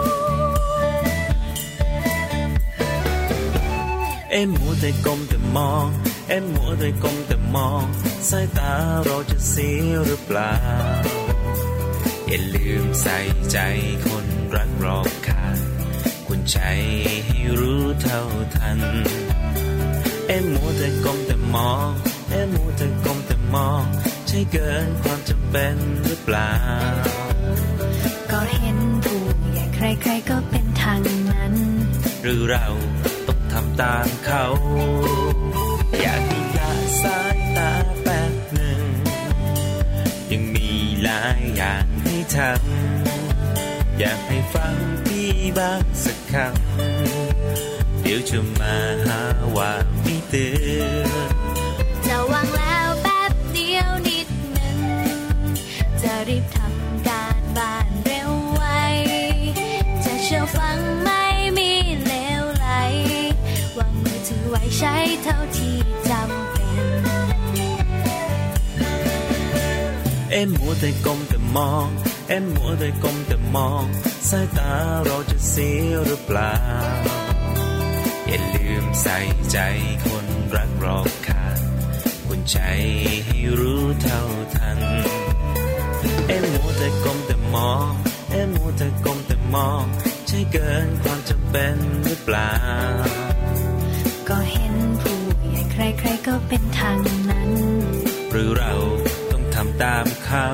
D: เอ็มมัวแต่ก้มแต่มองเอ็มมัวแต่ก้มแต่มองสายตาเราจะเสียหรือเปล่าอย่าลืมใส่ใจคนรักรอบข้างคุณใจให้รู้เท่าทันเอ็มมัวแต่ก้มแต่มองเอ็มมัวแต่ก้มแต่มองใช่เกินความจำเป็นหรือเปล่า
B: ก็เห็นผู้ใหญ่ใครๆก็เป็นทางนั้น
D: หรือเราต้องทำตามเขาอยากให้ละสายตาแป๊บหนึ่งยังมีหลายอย่างให้ทำอยากให้ฟังพี่บ้างสักคำเดี๋ยวจะมาหาว่าไม่เตือน
B: จะวางแล้วแป๊บเดียวนิดหนึ่งจะรีบทำการบ้านเร็วไวจะเชื่อฟังไม่มีเลวไหลวางมือถือไว้ใช้เท่าที่จำเป็น
D: เอ็มมัวแต่ก้มแต่มองเอ็มมัวแต่ก้มแต่มองสายตาเราจะเสียหรือเปล่าอย่าลืมใส่ใจคนรักรอบข้างคุณใจให้รู้เท่าทันเอ็มมัวแต่ก้มแต่มองเอ็มมัวแต่ก้มแต่มองใช่เกินความจำเป็นหรือเปล่า
B: ก็เห็นผู้ใหญ่ใครๆก็เป็นทางนั้น
D: หรือเราต้องทำตามเขา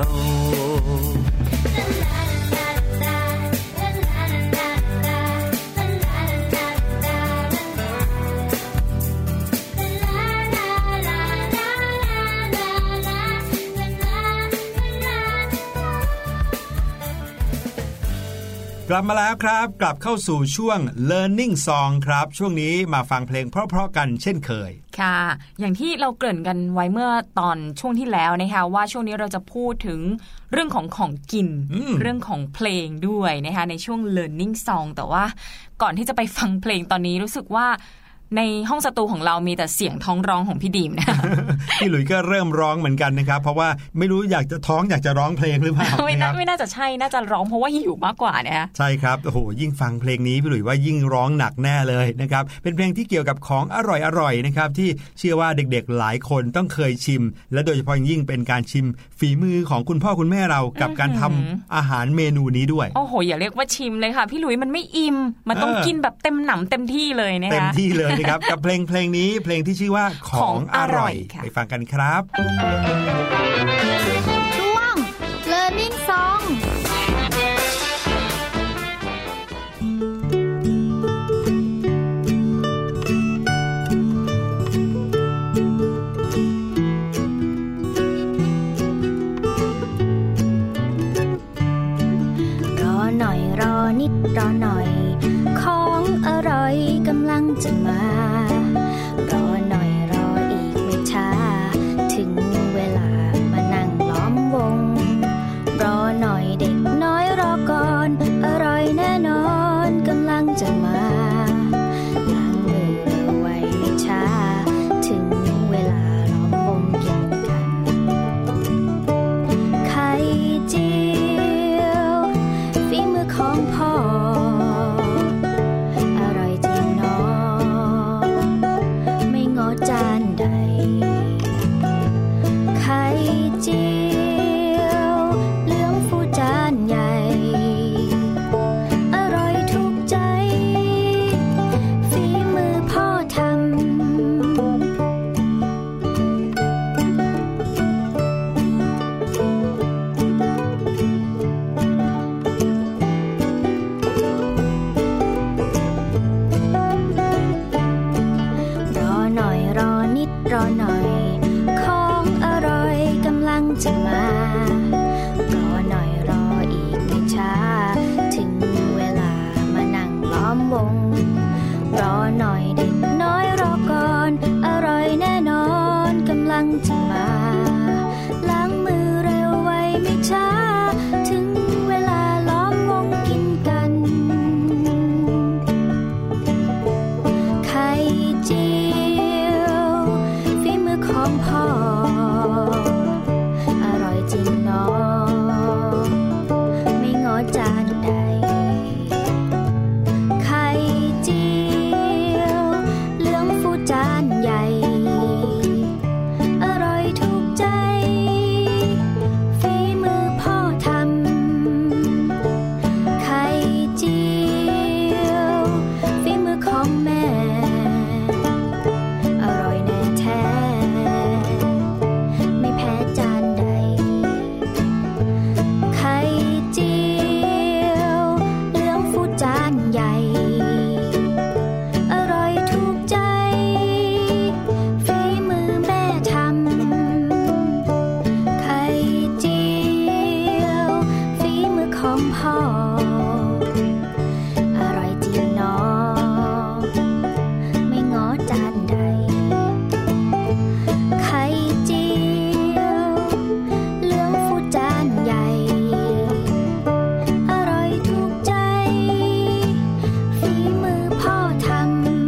A: กลับมาแล้วครับกลับเข้าสู่ช่วง Learning Song ครับช่วงนี้มาฟังเพลงเพราะๆกันเช่นเคย
C: ค่ะอย่างที่เราเกริ่นกันไว้เมื่อตอนช่วงที่แล้วนะคะว่าช่วงนี้เราจะพูดถึงเรื่องของของกินเรื่องของเพลงด้วยนะคะในช่วง Learning Song แต่ว่าก่อนที่จะไปฟังเพลงตอนนี้รู้สึกว่าในห้องสตูของเรามีแต่เสียงท้องร้องของพี่ดีมนะ
A: พี่หลุยก็เริ่มร้องเหมือนกันนะครับเพราะว่าไม่รู้อยากจะท้องอยากจะร้องเพลงหรือเปล่า
C: ไม่น่าไม่น่าจะใช่น่าจะร้องเพราะว่าหิวมากกว่านะ
A: ใช่ครับโอ้โหยิ่งฟังเพลงนี้พี่หลุยว่ายิ่งร้องหนักแน่เลยนะครับเป็นเพลงที่เกี่ยวกับของอร่อยๆนะครับที่เชื่อว่าเด็กๆหลายคนต้องเคยชิมและโดยเฉพาะยิ่งเป็นการชิมฝีมือของคุณพ่อคุณแม่เรากับการทำอาหารเมนูนี้ด้วย
C: โอ้โหอย่าเรียกว่าชิมเลยค่ะพี่หลุยมันไม่อิ่มมันต้องกินแบบเต็มหนำเต็มที่เลยนะคะ
A: เต็มที่เลยนะครับกับเพลงเพลงนี้เพลงที่ชื่อว่าของอร่อยไปฟังกันครับ
B: ช่วง Learning Songก็นิดรอหน่อยของอร่อยกำลังจะมารอหน่อยรออีกไม่ช้าถึงเวลามานั่งล้อมวงรอหน่อยเด็กน้อยรอก่อนอร่อยแน่นอนกำลังจะมาล้างมือเร็วไวไม่ช้าถึงเวลาล้อมวงกินกันไข่เจียวฝีมือของพ่ออร่อยจริงเนาะไม่งอจานใดไข่เจียวเหลืองฟูจานใหญ่อร่อยถูกใจฝีมือพ่อทำรอหน่อยรอนิดรอหน่อยของอร่อยกำลังจะมารอหน่อยรออีกไม่ช้าถึงเวลามานั่งล้อมวงรอหน่อยเด็กน้อยรอก่อนอร่อยแน่นอนกำลังจะมาล้างมือเร็วไวไม่ช้าถึงเวลาล้อมวงกินกันไข่เจียวฝีมือของพ่ออร่อยจริงเนาะไม่งอจานใดไข่เจียวเหลืองฟูจานใหญ่อร่อยถูกใจฝีมือพ่อทำไข่เจียวฝีมือของแม่อร่อยแน่แท้ไม่แพ้จานใดไข่เจียวเหลืองฟูจานใหญ่อร่อยถูกใจฝีมือแม่ทำไข่เจียวฝีมือของพ่ออร่อยจริงเนาะไม่ง้อจานใดไข่เจียวเหลืองฟูจานใหญ่อร่อยถูกใจฝีมือพ่อทำ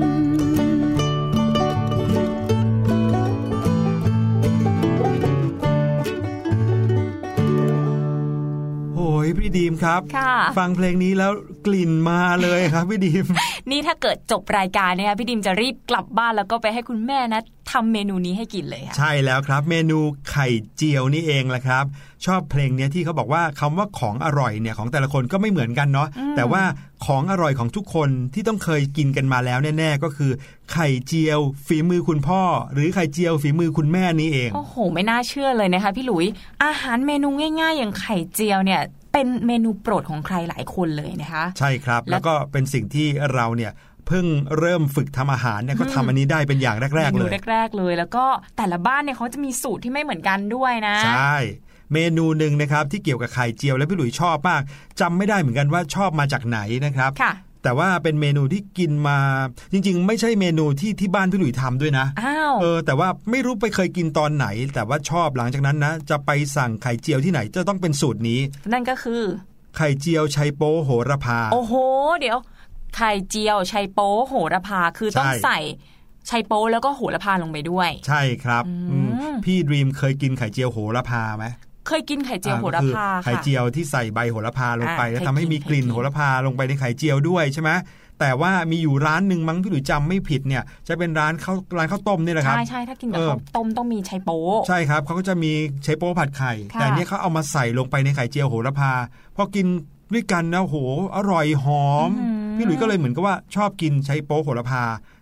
A: โอ้ยพี่ดีมครับ
C: ค่ะ
A: ฟังเพลงนี้แล้วกลิ่นมาเลยครับพี่ดีม
C: นี่ถ้าเกิดจบรายการนะคะพี่ดิมจะรีบกลับบ้านแล้วก็ไปให้คุณแม่นะทำเมนูนี้ให้กินเลยค่ะ
A: ใช่แล้วครับเมนูไข่เจียวนี่เองแหละครับชอบเพลงนี้ที่เขาบอกว่าคำว่าของอร่อยเนี่ยของแต่ละคนก็ไม่เหมือนกันเนาะแต่ว่าของอร่อยของทุกคนที่ต้องเคยกินกันมาแล้วแน่ๆก็คือไข่เจียวฝีมือคุณพ่อหรือไข่เจียวฝีมือคุณแม่นี่เอง
C: โอ้โหไม่น่าเชื่อเลยนะคะพี่หลุยอาหารเมนูง่ายๆอย่างไข่เจียวเนี่ยเป็นเมนูโปรดของใครหลายคนเลยนะคะ
A: ใช่ครับแล้วก็เป็นสิ่งที่เราเนี่ยเพิ่งเริ่มฝึกทำอาหารเนี่ยก็ทำอันนี้ได้เป็นอย่างแรกๆเลย
C: เมนูแรกๆเลยแล้วก็แต่ละบ้านเนี่ยเขาจะมีสูตรที่ไม่เหมือนกันด้วยนะ
A: ใช่เมนูหนึ่งนะครับที่เกี่ยวกับไข่เจียวและพี่หลุยชอบมากจำไม่ได้เหมือนกันว่าชอบมาจากไหนนะครับแต่ว่าเป็นเมนูที่กินมาจริงๆไม่ใช่เมนูที่ที่บ้านพี่หลุยทำด้วยนะ
C: อ้าว
A: เออแต่ว่าไม่รู้ไปเคยกินตอนไหนแต่ว่าชอบหลังจากนั้นนะจะไปสั่งไข่เจียวที่ไหนจะต้องเป็นสูตรนี้
C: นั่นก็คือ
A: ไข่เจียวไชโป๊โหระพา
C: โอ้โหเดี๋ยวไข่เจียวไชโป๊โหระพาคือต้องใส่ไชโป๊แล้วก็โหระพาลงไปด้วย
A: ใช่ครับพี่ดรีมเคยกินไข่เจียวโหระพาไหม
C: เคยกินไข่เจียวโหระพาค่ะ
A: ไข่เจียวที่ใส่ใบโหระพาลงไปแล้วทำให้มีกลิ่นโหระพาลงไปในไข่เจียวด้วยใช่ไหมแต่ว่ามีอยู่ร้านหนึ่งมั้งพี่หลุยจำไม่ผิดเนี่ยจะเป็นร้านข้าวร้านข้าวต้มนี่แหละครับ
C: ใช่ใช่ถ้ากินกับข้าวต้มต้องมีไชโป๊
A: ใช่ครับเขาก็จะมีไชโป๊ผัดไข่แต่เนี้ยเขาเอามาใส่ลงไปในไข่เจียวโหระพาพอกินด้วยกันนะโหอร่อยหอมพี่หลุยก็เลยเหมือนกับว่าชอบกินไชโป๊โหระพา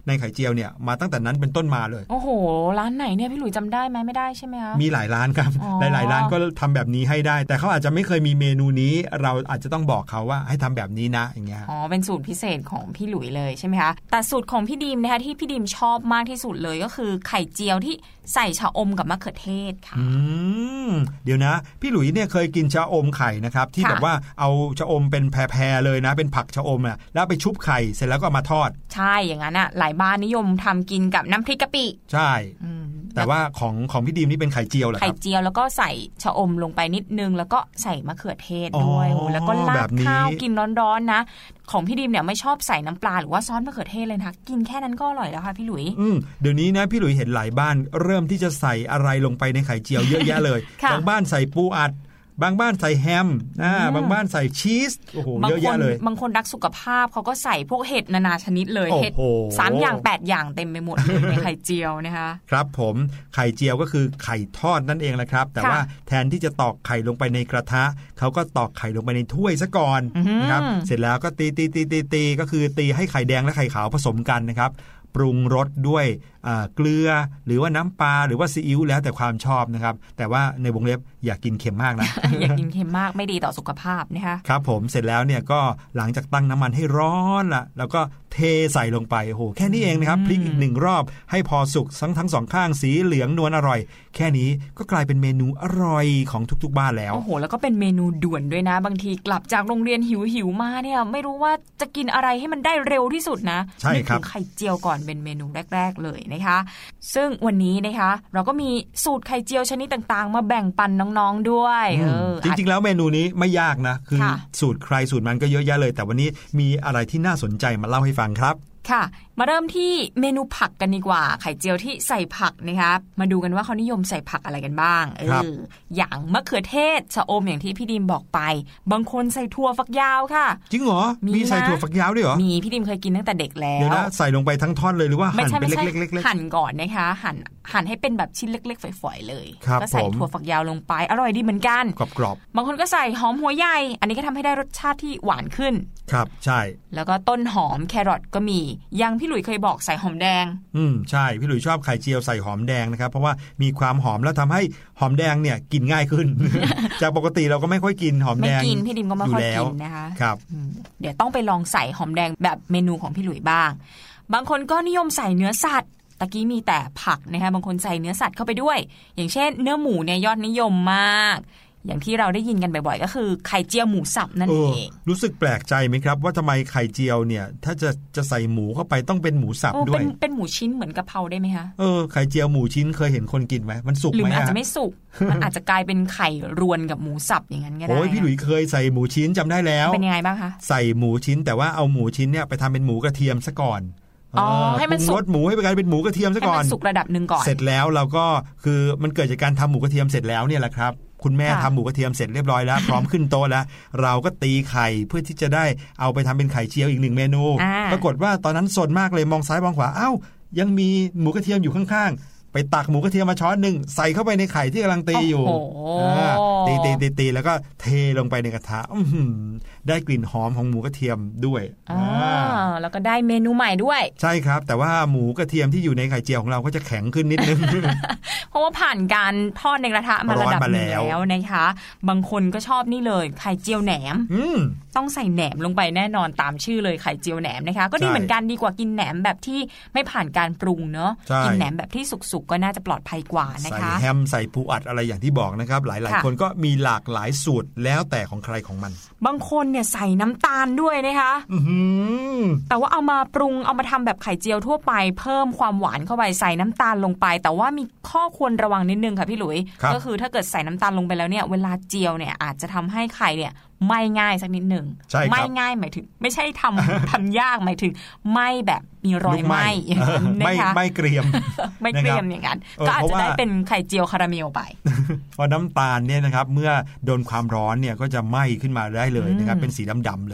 A: ในไข่เจียวเนี่ยมาตั้งแต่นั้นเป็นต้นมาเลย
C: โอ้โหร้านไหนเนี่ยพี่หลุยจำได้ไหมไม่ได้ใช่ไหมคะ
A: มีหลายร้านครับหลายๆร้านก็ทำแบบนี้ให้ได้แต่เขาอาจจะไม่เคยมีเมนูนี้เราอาจจะต้องบอกเขาว่าให้ทำแบบนี้นะอย่างเงี้ย
C: อ๋อเป็นสูตรพิเศษของพี่หลุยเลยใช่ไหมคะแต่สูตรของพี่ดีมนะคะที่พี่ดีมชอบมากที่สุดเลยก็คือไข่เจียวที่ใส่ชะอมกับมะเขือเทศค่ะ
A: อืมเดี๋ยวนะพี่หลุยเนี่ยเคยกินชะอมไข่นะครับที่แบบว่าเอาชะอมเป็นแพรๆเลยนะเป็นผักชะอมอ่ะแล้วไปชุบไข่เสร็จแล้วก็มาทอด
C: ใช่อย่างนั้นอ่ะหลายบ้านนิยมทำกินกับน้ำพริกกะปิ
A: ใช่แต่ว่าของของพี่ดีมนี่เป็นไข่เจียวเหรอครับ
C: ไข่เจียวแล้วก็ใส่ชะอมลงไปนิดนึงแล้วก็ใส่มะเขือเทศด้วยแล้วก็ราดข้าวกินร้อนๆนะของพี่ดีมเนี่ยไม่ชอบใส่น้ำปลาหรือว่าซอสมะเขือเทศเลยนะกินแค่นั้นก็อร่อยแล้วค่ะพี่หลุย
A: อืมเดี๋ยวนี้นะพี่หลุยเห็นหลายบ้านเริ่มที่จะใส่อะไรลงไปในไข่เจียวเยอะแยะเลยบางบ้านใส่ปูอัดบางบ้านใส่แฮมอ่าบางบ้านใส่ชีสโอ้โหเยอะแยะเลย
C: บางคนรักสุขภาพเขาก็ใส่พวกเห็ดนานาชนิดเลยเห็ดสามอย่างแปดอย่างเต็มไปหมดเลยในไข่เจียวนะคะ
A: ครับผมไข่เจียวก็คือไข่ทอดนั่นเองแหละครับแต่ว่าแทนที่จะตอกไข่ลงไปในกระทะเขาก็ตอกไข่ลงไปในถ้วยซะก่อนนะครับเสร็จแล้วก็ตีตีตีตีตีก็คือตีให้ไข่แดงและไข่ขาวผสมกันนะครับปรุงรสด้วยเกลือหรือว่าน้ำปลาหรือว่าซีอิ๊วแล้วแต่ความชอบนะครับแต่ว่าในวงเล็บอย่ากินเค็มมากนะ
C: อย่ากินเค็มมากไม่ดีต่อสุขภาพนะคะ
A: ครับผมเสร็จแล้วเนี่ยก็หลังจากตั้งน้ำมันให้ร้อนละแล้วก็เทใส่ลงไปโอ้โหแค่นี้เองนะครับพลิกอีกหนึ่งรอบให้พอสุกทั้งทั้งสองข้างสีเหลืองนวลอร่อยแค่นี้ก็กลายเป็นเมนูอร่อยของทุกๆบ้านแล้ว
C: โอ้โหแล้วก็เป็นเมนูด่วนด้วยนะบางทีกลับจากโรงเรียนหิวหิวมาเนี่ยไม่รู้ว่าจะกินอะไรให้มันได้เร็วที่สุดนะ
A: ใช่ครับ
C: ไข่เจียวก่อนเป็นเมนูแรกๆเลยนะคะซึ่งวันนี้นะคะเราก็มีสูตรไข่เจียวชนิดต่างๆมาแบ่งปันน้องๆด้วยเออ
A: จริงๆแล้วเมนูนี้ไม่ยากนะคือสูตรใครสูตรมันก็เยอะแยะเลยแต่วันนี้มีอะไรที่น่าสนใจมาเล่าให้ฟังครับ
C: ค่ะมาเริ่มที่เมนูผักกันดีกว่าไข่เจียวที่ใส่ผักนะคะมาดูกันว่าเขานิยมใส่ผักอะไรกันบ้างเอออย่างมะเขือเทศชะอมอย่างที่พี่ดิมบอกไปบางคนใส่ถั่วฝักยาวค่ะ
A: จริงเหรอมีใส่ถั่วฝักยาวด้วยเหรอ
C: มีพี่ดิมเคยกินตั้งแต่เด็กแล้ว
A: เดี๋ยวนะใส่ลงไปทั้งท่อนเลยหรือว่าหั่นเป็นเล็กๆๆ
C: หั่นก่อนนะคะหั่นหั่นให้เป็นแบบชิ้นเล็กๆฝอยๆเลยก็ใส่ถั่วฝักยาวลงไปอร่อยดีเหมือนกัน
A: กรอบ
C: ๆบางคนก็ใส่หอมหัวใหญ่อันนี้ก็ทำให้ได้รสชาติที่หวานขึ้น
A: ครับใช่
C: แล้วก็ต้นหอมแครอทก็มียังพี่หลุยเคยบอกใส่หอมแดง
A: อืมใช่พี่หลุยชอบไข่เจียวใส่หอมแดงนะครับเพราะว่ามีความหอมแล้วทำให้หอมแดงเนี่ยกินง่ายขึ้น จากปกติเราก็ไม่ค่อยกินหอมแดง
C: ไม่กินพี่ดิมก็ไม่ค่อยกินนะคะ
A: ครับ
C: เดี๋ยวต้องไปลองใส่หอมแดงแบบเมนูของพี่หลุยบ้างบางคนก็นิยมใส่เนื้อสัตว์ตะกี้มีแต่ผักนะคะบางคนใส่เนื้อสัตว์เข้าไปด้วยอย่างเช่นเนื้อหมูเนี่ยยอดนิยมมากอย่างที่เราได้ยินกันบ่อยๆก็คือไข่เจียวหมูสับนั่นเอง
A: รู้สึกแปลกใจไหมครับว่าทำไมไข่เจียวเนี่ยถ้าจะจะใส่หมูเข้าไปต้องเป็นหมูสับด้วย
C: เป็นเป็นหมูชิ้นเหมือนกะเพราได้ไหมคะ
A: เออไข่เจียวหมูชิ้นเคยเห็นคนกินไหมมันสุกไหมหรือ
C: อาจจะไม่สุก มันอาจจะกลายเป็นไข่รวนกับหมูสับอย่างนั้นก็ได้
A: โอ้ยพี่หลุยเคยใส่หมูชิ้นจำได้แล้ว
C: เป็นยังไงบ้างคะ
A: ใส่หมูชิ้นแต่ว่าเอาหมูชิ้นเนี่ยไปทำเป็นหมูกระเทียมซะก่อน
C: อ๋อให้มันสุก
A: รสหมูให้ไปกลายเป็นหมูกระเทียมซะก่อน
C: ให้มันสุกระดับนึงก่อน
A: เสร็จแล้วเราก็คือมันเกิดจากการทำหมูกระเทียมเสร็จแล้วเนี่ยแหละครับคุณแม่ทำหมูกระเทียมเสร็จเรียบร้อยแล้วพร้อมขึ้นโต๊ะแล้วเราก็ตีไข่เพื่อที่จะได้เอาไปทำเป็นไข่เจียวอีกหนึ่งเมนูปรากฏว่าตอนนั้นสนมากเลยมองซ้ายมองขวาอ้าวยังมีหมูกระเทียมอยู่ข้างๆไปตักหมูกระเทียมมาช้อนหนึ่งใส่เข้าไปในไข่ที่กำลังตีอยู่ตีตีตีตีแล้วก็เทลงไปในกระทะได้กลิ่นหอมของหมูกระเทียมด้วย
C: แล้วก็ได้เมนูใหม่ด้วย
A: ใช่ครับแต่ว่าหมูกระเทียมที่อยู่ในไข่เจียวของเราก็จะแข็งขึ้นนิดนึง
C: เพราะว่าผ่านการทอดในกระทะมาระดับหนึ่งแล้วนะคะบางคนก็ชอบนี่เลยไข่เจียวแหนมต้องใส่แหนมลงไปแน่นอนตามชื่อเลยไข่เจียวแหนมนะคะก็ดีเหมือนกันดีกว่ากินแหนมแบบที่ไม่ผ่านการปรุงเนาะกินแหนมแบบที่สุกๆก็น่าจะปลอดภัยกว่านะคะ
A: ใส่แฮมใส่ปูอัดอะไรอย่างที่บอกนะครับหลายๆคนก็มีหลากหลายสูตรแล้วแต่ของใครของมัน
C: บางคนเนี่ยใส่น้ำตาลด้วยนะคะแต่ว่าเอามาปรุงเอามาทำแบบไข่เจียวทั่วไปเพิ่มความหวานเข้าไปใส่น้ำตาลลงไปแต่ว่ามีข้อควรระวังนิดนึงค่ะพี่หลุยก็คือถ้าเกิดใส่น้ำตาลลงไปแล้วเนี่ยเวลาเจียวเนี่ยอาจจะทำให้ไข่เนี่ยไม่ง่ายสักนิดหนึ่งไม่ง่ายหมายถึงไม่ใช่ทำทำยากหมายถึงไม่แบบมีรอยไหม้
A: ไม่ไม่เกรียม
C: ไม่เกรียมอย่างนั้นก็อาจจะได้เป็นไข่เจียวคาราเมลไป
A: เพราะน้ำตาลเนี่ยนะครับเมื่อโดนความร้อนเนี่ยก็จะไหม้ขึ้นมาได้เลยนะครับเป็นสีดำๆเลย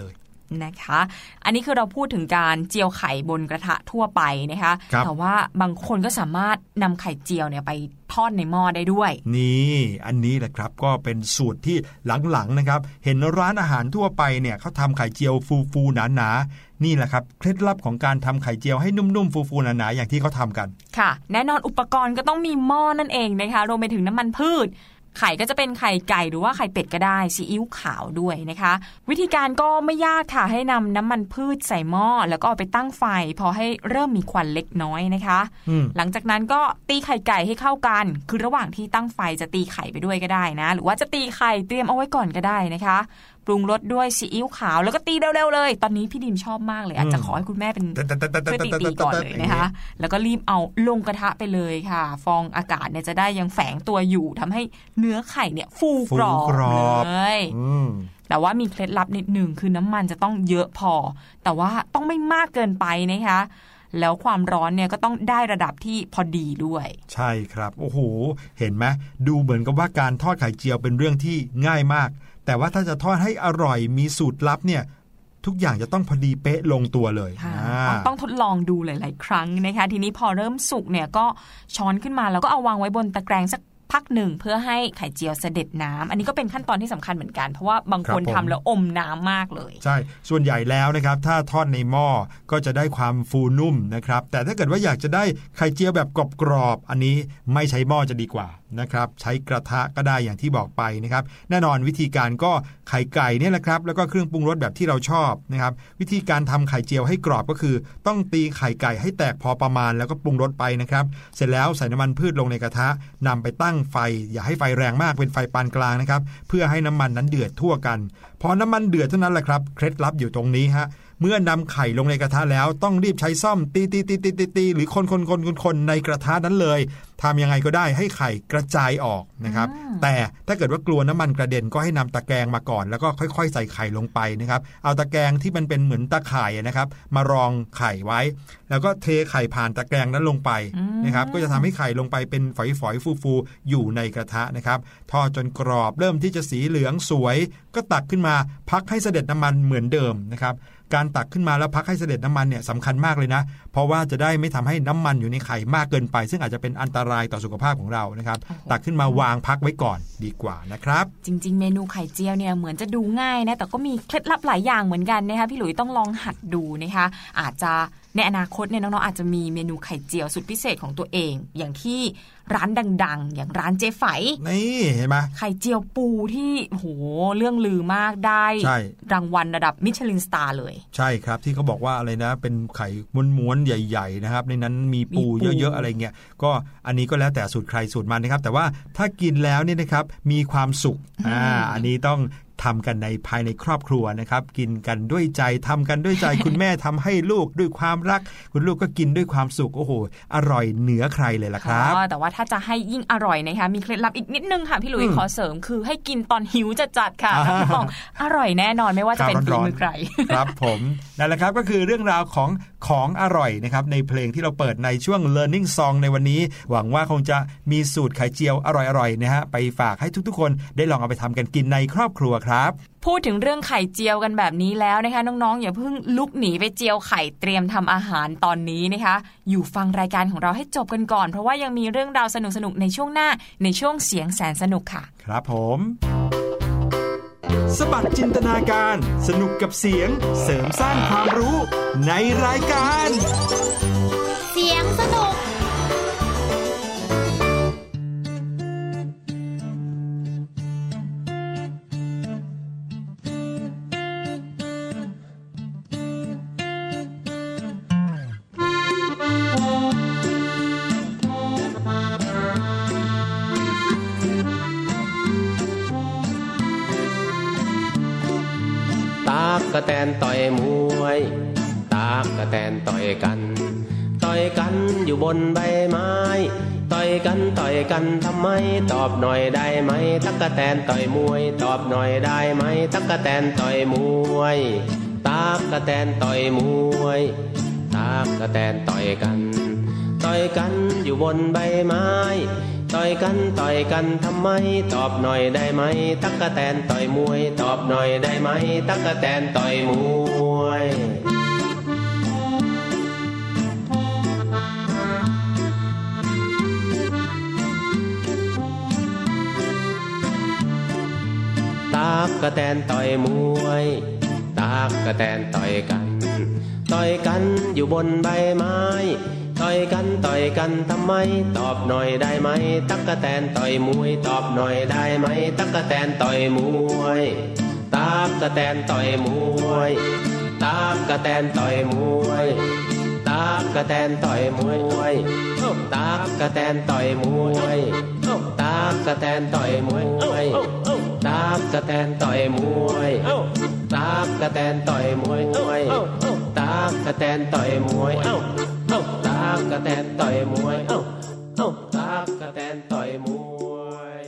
C: นะคะอันนี้คือเราพูดถึงการเจียวไข่บนกระทะทั่วไปนะคะแต่ว่าบางคนก็สามารถนำไข่เจียวเนี่ยไปทอดในหม้อได้ด้วย
A: นี่อันนี้แหละครับก็เป็นสูตรที่หลังๆนะครับเห็นร้านอาหารทั่วไปเนี่ยเขาทำไข่เจียวฟูๆหนาๆนี่แหละครับเคล็ดลับของการทำไข่เจียวให้นุ่มๆฟูๆหนาๆอย่างที่เขาทำกัน
C: ค่ะแน่นอนอุปกรณ์ก็ต้องมีหม้อนั่นเองนะคะรวมไปถึงน้ำมันพืชไข่ก็จะเป็นไข่ไก่หรือว่าไข่เป็ดก็ได้ซีอิ๊วขาวด้วยนะคะวิธีการก็ไม่ยากค่ะให้นำน้ำมันพืชใส่หม้อแล้วก็เอาไปตั้งไฟพอให้เริ่มมีควันเล็กน้อยนะคะหลังจากนั้นก็ตีไข่ไก่ให้เข้ากันคือระหว่างที่ตั้งไฟจะตีไข่ไปด้วยก็ได้นะหรือว่าจะตีไข่เตรียมเอาไว้ก่อนก็ได้นะคะปรุงรสด้วยซีอิ๊วขาวแล้วก็ตีเร็วๆเลยตอนนี้พี่ดิมชอบมากเลยอาจจะขอให้คุณแม่เป็นช่วยตีๆก่อนเลยนะคะแล้วก็รีบเอาลงกระทะไปเลยค่ะฟองอากาศเนี่ยจะได้ยังแฝงตัวอยู่ทำให้เนื้อไข่เนี่ยฟูกรอบเลยแต่ว่ามีเคล็ดลับนิดนึงคือน้ำมันจะต้องเยอะพอแต่ว่าต้องไม่มากเกินไปนะคะแล้วความร้อนเนี่ยก็ต้องได้ระดับที่พอดีด้วย
A: ใช่ครับโอ้โหเห็นไหมดูเหมือนกับว่าการทอดไข่เจียวเป็นเรื่องที่ง่ายมากแต่ว่าถ้าจะทอดให้อร่อยมีสูตรลับเนี่ยทุกอย่างจะต้องพอดีเป๊ะลงตัวเลย
C: ต้องทดลองดูหลายๆครั้งนะคะทีนี้พอเริ่มสุกเนี่ยก็ช้อนขึ้นมาแล้วก็เอาวางไว้บนตะแกรงสักพักหนึ่งเพื่อให้ไข่เจียวเสด็จน้ำอันนี้ก็เป็นขั้นตอนที่สำคัญเหมือนกันเพราะว่าบางคนทำแล้วอมน้ำมากเลย
A: ใช่ส่วนใหญ่แล้วนะครับถ้าทอดในหม้อก็จะได้ความฟูนุ่มนะครับแต่ถ้าเกิดว่าอยากจะได้ไข่เจียวแบบกรอบๆอันนี้ไม่ใช้หม้อจะดีกว่านะครับใช้กระทะก็ได้อย่างที่บอกไปนะครับแน่นอนวิธีการก็ไข่ไก่เนี่ยแหละครับแล้วก็เครื่องปรุงรสแบบที่เราชอบนะครับวิธีการทำไข่เจียวให้กรอบก็คือต้องตีไข่ไก่ให้แตกพอประมาณแล้วก็ปรุงรสไปนะครับเสร็จแล้วใส่น้ำมันพืชลงในกระทะนำไปตั้งไฟอย่าให้ไฟแรงมากเป็นไฟปานกลางนะครับเพื่อให้น้ำมันนั้นเดือดทั่วกันพอน้ำมันเดือดเท่านั้นแหละครับเคล็ดลับอยู่ตรงนี้ฮะเมื่อนำไข่ลงในกระทะแล้วต้องรีบใช้ซ่อมตีตีตีตีตีตีหรือคนคนคนคนคนในกระทะนั้นเลยทำยังไงก็ได้ให้ไข่กระจายออกนะครับแต่ถ้าเกิดว่ากลัวน้ำมันกระเด็นก็ให้นำตะแกรงมาก่อนแล้วก็ค่อยๆใส่ไข่ลงไปนะครับเอาตะแกรงที่มันเป็นเหมือนตะข่ายนะครับมารองไข่ไว้แล้วก็เทไข่ผ่านตะแกรงนั้นลงไปนะครับก็จะทำให้ไข่ลงไปเป็นฝอยๆฟูๆอยู่ในกระทะนะครับทอดจนกรอบเริ่มที่จะสีเหลืองสวยก็ตักขึ้นมาพักให้เสด็จน้ำมันเหมือนเดิมนะครับการตักขึ้นมาแล้วพักให้เสด็จน้ำมันเนี่ยสำคัญมากเลยนะเพราะว่าจะได้ไม่ทำให้น้ำมันอยู่ในไข่มากเกินไปซึ่งอาจจะเป็นอันตรายต่อสุขภาพของเรานะครับตักขึ้นมาวางพักไว้ก่อนดีกว่านะครับ
C: จริงๆเมนูไข่เจียวเนี่ยเหมือนจะดูง่ายนะแต่ก็มีเคล็ดลับหลายอย่างเหมือนกันนะคะพี่หลุยต้องลองหัดดูนะคะอาจจะในอนาคตเนี่ยน้องๆอาจจะมีเมนูไข่เจียวสุดพิเศษของตัวเองอย่างที่ร้านดังๆอย่างร้านเจ๊ไฝ
A: นี่เห็นไหม
C: ไข่เจียวปูที่โหเรื่องลือมากได้รางวัลระดับมิชลินสตาร์เลย
A: ใช่ครับที่เขาบอกว่าอะไรนะเป็นไข่ม้วนๆใหญ่ๆนะครับในนั้นมีปูเยอะๆอะไรเงี้ยก็อันนี้ก็แล้วแต่สูตรใครสูตรมันนะครับแต่ว่าถ้ากินแล้วเนี่ยนะครับมีความสุขอ่าอันนี้ต้องทำกันในภายในครอบครัวนะครับกินกันด้วยใจทำกันด้วยใจ คุณแม่ทำให้ลูกด้วยความรักคุณลูกก็กินด้วยความสุขโอ้โหอร่อยเหนือใครเลยล่ะครับ
C: แต่ว่าถ้าจะให้ยิ่งอร่อยนะคะมีเคล็ดลับอีกนิดนึงค่ะพี่หลุยขอเสริมคือให้กินตอนหิวจัดๆค่ะรับรองอร่อยแน่นอนไม่ว่าจะเป็นฝีมือใคร
A: ครับผมนั่นแหละครับก็คือเรื่องราวของของอร่อยนะครับในเพลงที่เราเปิดในช่วง Learning Song ในวันนี้หวังว่าคงจะมีสูตรไข่เจียวอร่อยๆนะฮะไปฝากให้ทุกๆคนได้ลองเอาไปทำกันกินในครอบครัวครับ
C: พูดถึงเรื่องไข่เจียวกันแบบนี้แล้วนะคะน้องๆอย่าเพิ่งลุกหนีไปเจียวไข่เตรียมทำอาหารตอนนี้นะคะอยู่ฟังรายการของเราให้จบกันก่อนเพราะว่ายังมีเรื่องราวสนุกๆในช่วงหน้าในช่วงเสียงแสนสนุกค่ะ
A: ครับผมสบัดจินตนาการสนุกกับเสียงเสริมสร้างความรู้ในรายการ
B: เสียงสนุก
E: กระแตนต่อยมวยตากกระแตนต่อยกันต่อยกันอยู่บนใบไม้ต่อยกันต่อยกันทำไมตอบหน่อยได้ไหมตั๊กแตนต่อยมวยตอบหน่อยได้ไหมตั๊กแตนต่อยมวยตากกระแตนต่อยมวยตากกระแตนต่อยกันต่อยกันอยู่บนใบไม้ต่อยกันต่อยกันทำไมตอบหน่อยได้ไหมตั๊กแตนต่อยมวยตอบหน่อยได้ไหมตั๊กแตนต่อยมวยตั๊กแตนต่อยมวยตั๊กแตนต่อยกันต่อยกันอยู่บนใบไม้ต่อยกันต่อยกันทำไมตอบหน่อยได้ไหมตั๊กแตนต่อยมวยตอบหน่อยได้ไหมตั๊กแตนต่อยมวยตั๊กแตนต่อยมวยตั๊กแตนต่อยมวยตั๊กแตนต่อยมวยตั๊กแตนต่อยมวยตั๊กแตนต่อยมวยตั๊กแตนต่อยมวยตั๊กแตนต่อยมวยตั๊กแตนต่อยมวยตั๊กแตนต่อยมวยตั๊กแตนต่อยมวย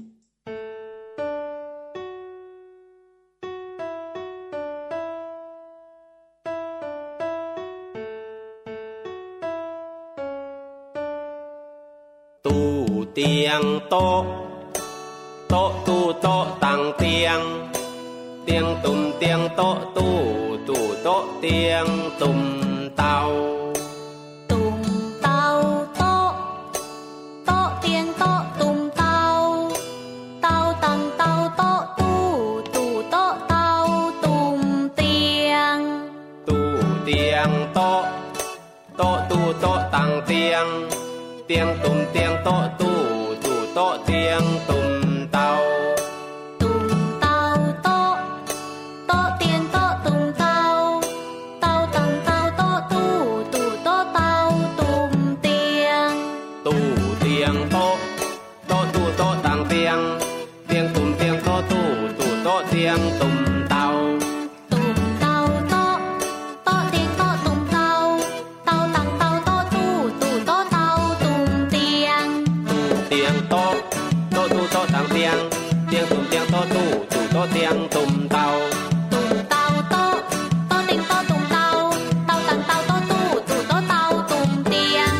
E: ตู้เตียงโต๊ะโต๊ะตู้โต๊ะตั้งเตียงเตียงตุ่มเตียงโต๊ะตู้ตู้โต๊ะเตียงตุ่มเตา
B: ตุ่มเตาโต๊ะโต๊ะเตียงโต๊ะตุ่มเตาเตาตั้งเตาโต๊ะตู้ตู้โต๊ะเตาตุ่มเตียง
E: ตู้เตียงโต๊ะโต๊ะตู้โต๊ะตั้งเตียงเตียงตุ่มเตียงโต๊ะตู้ตู้โต๊ะเตียงตุ่มเตา
B: ตุ่มเตาโต๊ะโต๊ะเตียงโต๊ะตุ่มเตาเตาตั้งเตาโต๊ะตู้ตู้โต๊ะเตาตุ่มเตียง
E: ตู้เตียงโต๊ะโต๊ะตู้โต๊ะตั้งเตียงเตียงตุ่มเตียงโต๊ะตู้ตู้โต๊ะเตียงตุ่มเตา
B: ตุ่มเตาโต๊ะโต๊ะเตียงโต๊ะตุ่มเตาเตาตั้งเตาโต๊ะตู้ตู้โต๊ะเตาตุ่มเตียง
E: ตู้เตียงโต๊ะโต๊ะตู้โต๊ะตั้งเตียงเตียงตุ่มเตียงโต๊ะตู้ตู้โต๊ะเตียงตุ่มเตา
B: ตุ่มเตาโต๊ะโต๊ะเตียงโต๊ะตุ่มเตาเตาตั้งเตาโต๊ะตู้ตู้โต๊ะเตาตุ่มเตียง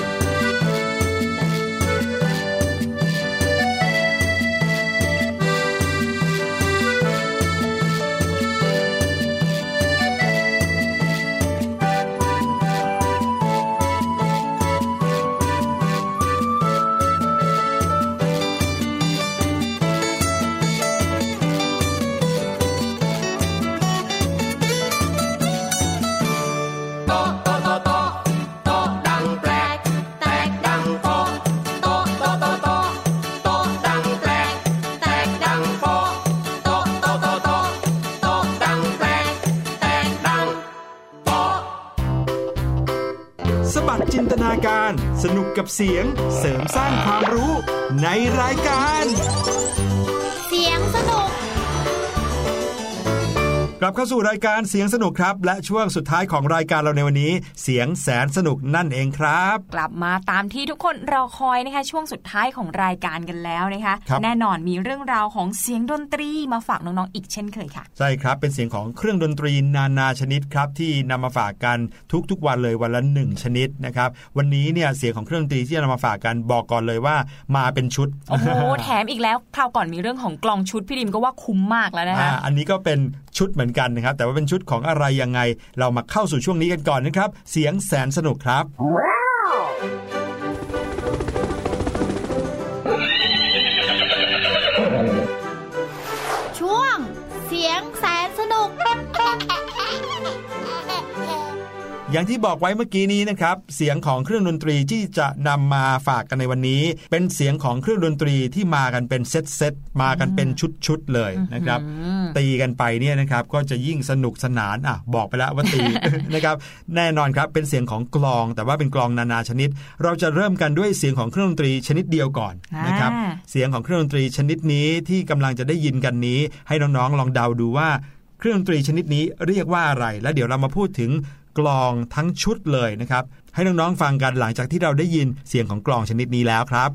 A: จินตนาการสนุกกับเสียงเสริมสร้างความรู้ในรายการ
B: เสียงสนุก
A: กลับเข้าสู่รายการเสียงสนุกครับและช่วงสุดท้ายของรายการเราในวันนี้เสียงแสนสนุกนั่นเองครับ
C: กลับมาตามที่ทุกคนรอคอยนะคะช่วงสุดท้ายของรายการกันแล้วนะคะแน่นอนมีเรื่องราวของเสียงดนตรีมาฝากน้องๆอีกเช่นเคยค่ะ
A: ใช่ครับเป็นเสียงของเครื่องดนตรีนานาชนิดครับที่นำมาฝากกันทุกๆวันเลยวันละหนึ่งชนิดนะครับวันนี้เนี่ยเสียงของเครื่องดนตรีที่จะนำมาฝากกันบอกก่อนเลยว่ามาเป็นชุด
C: โอ้โหแถมอีกแล้วคราวก่อนมีเรื่องของกลองชุดพี่ดิมก็ว่าคุ้มมากแล้วนะคะ
A: อ, อันนี้ก็เป็นชุดเหมือนกันนะครับแต่ว่าเป็นชุดของอะไรยังไงเรามาเข้าสู่ช่วงนี้กันก่อนนะครับเสียงแสนสนุกครับ
B: ช่วงเสียงแสนสนุก
A: อย่างที่บอกไว้เมื่อกี้นี้นะครับเสียงของเครื่องดนตรีที่จะนำมาฝากกันในวันนี้เป็นเสียงของเครื่องดนตรีที่มากันเป็นเซตเซตมากันเป็นชุดๆเลยนะครับตีกันไปเนี่ยนะครับก็จะยิ่งสนุกสนานอ่ะบอกไปแล้วว่าตี นะครับแน่นอนครับเป็นเสียงของกลองแต่ว่าเป็นกลองนานาชนิดเราจะเริ่มกันด้วยเสียงของเครื่องดนตรีชนิดเดียวก่อนนะครับเสียงของเครื่องดนตรีชนิดนี้ที่กำลังจะได้ยินกันนี้ให้น้องๆลองเดาดูว่าเครื่องดนตรีชนิดนี้เรียกว่าอะไรและเดี๋ยวเรามาพูดถึงกลองทั้งชุดเลยนะครับให้น้องๆฟังกันหลังจากที่เราได้ยินเสียงของกลองชนิดนี้แล้วครับ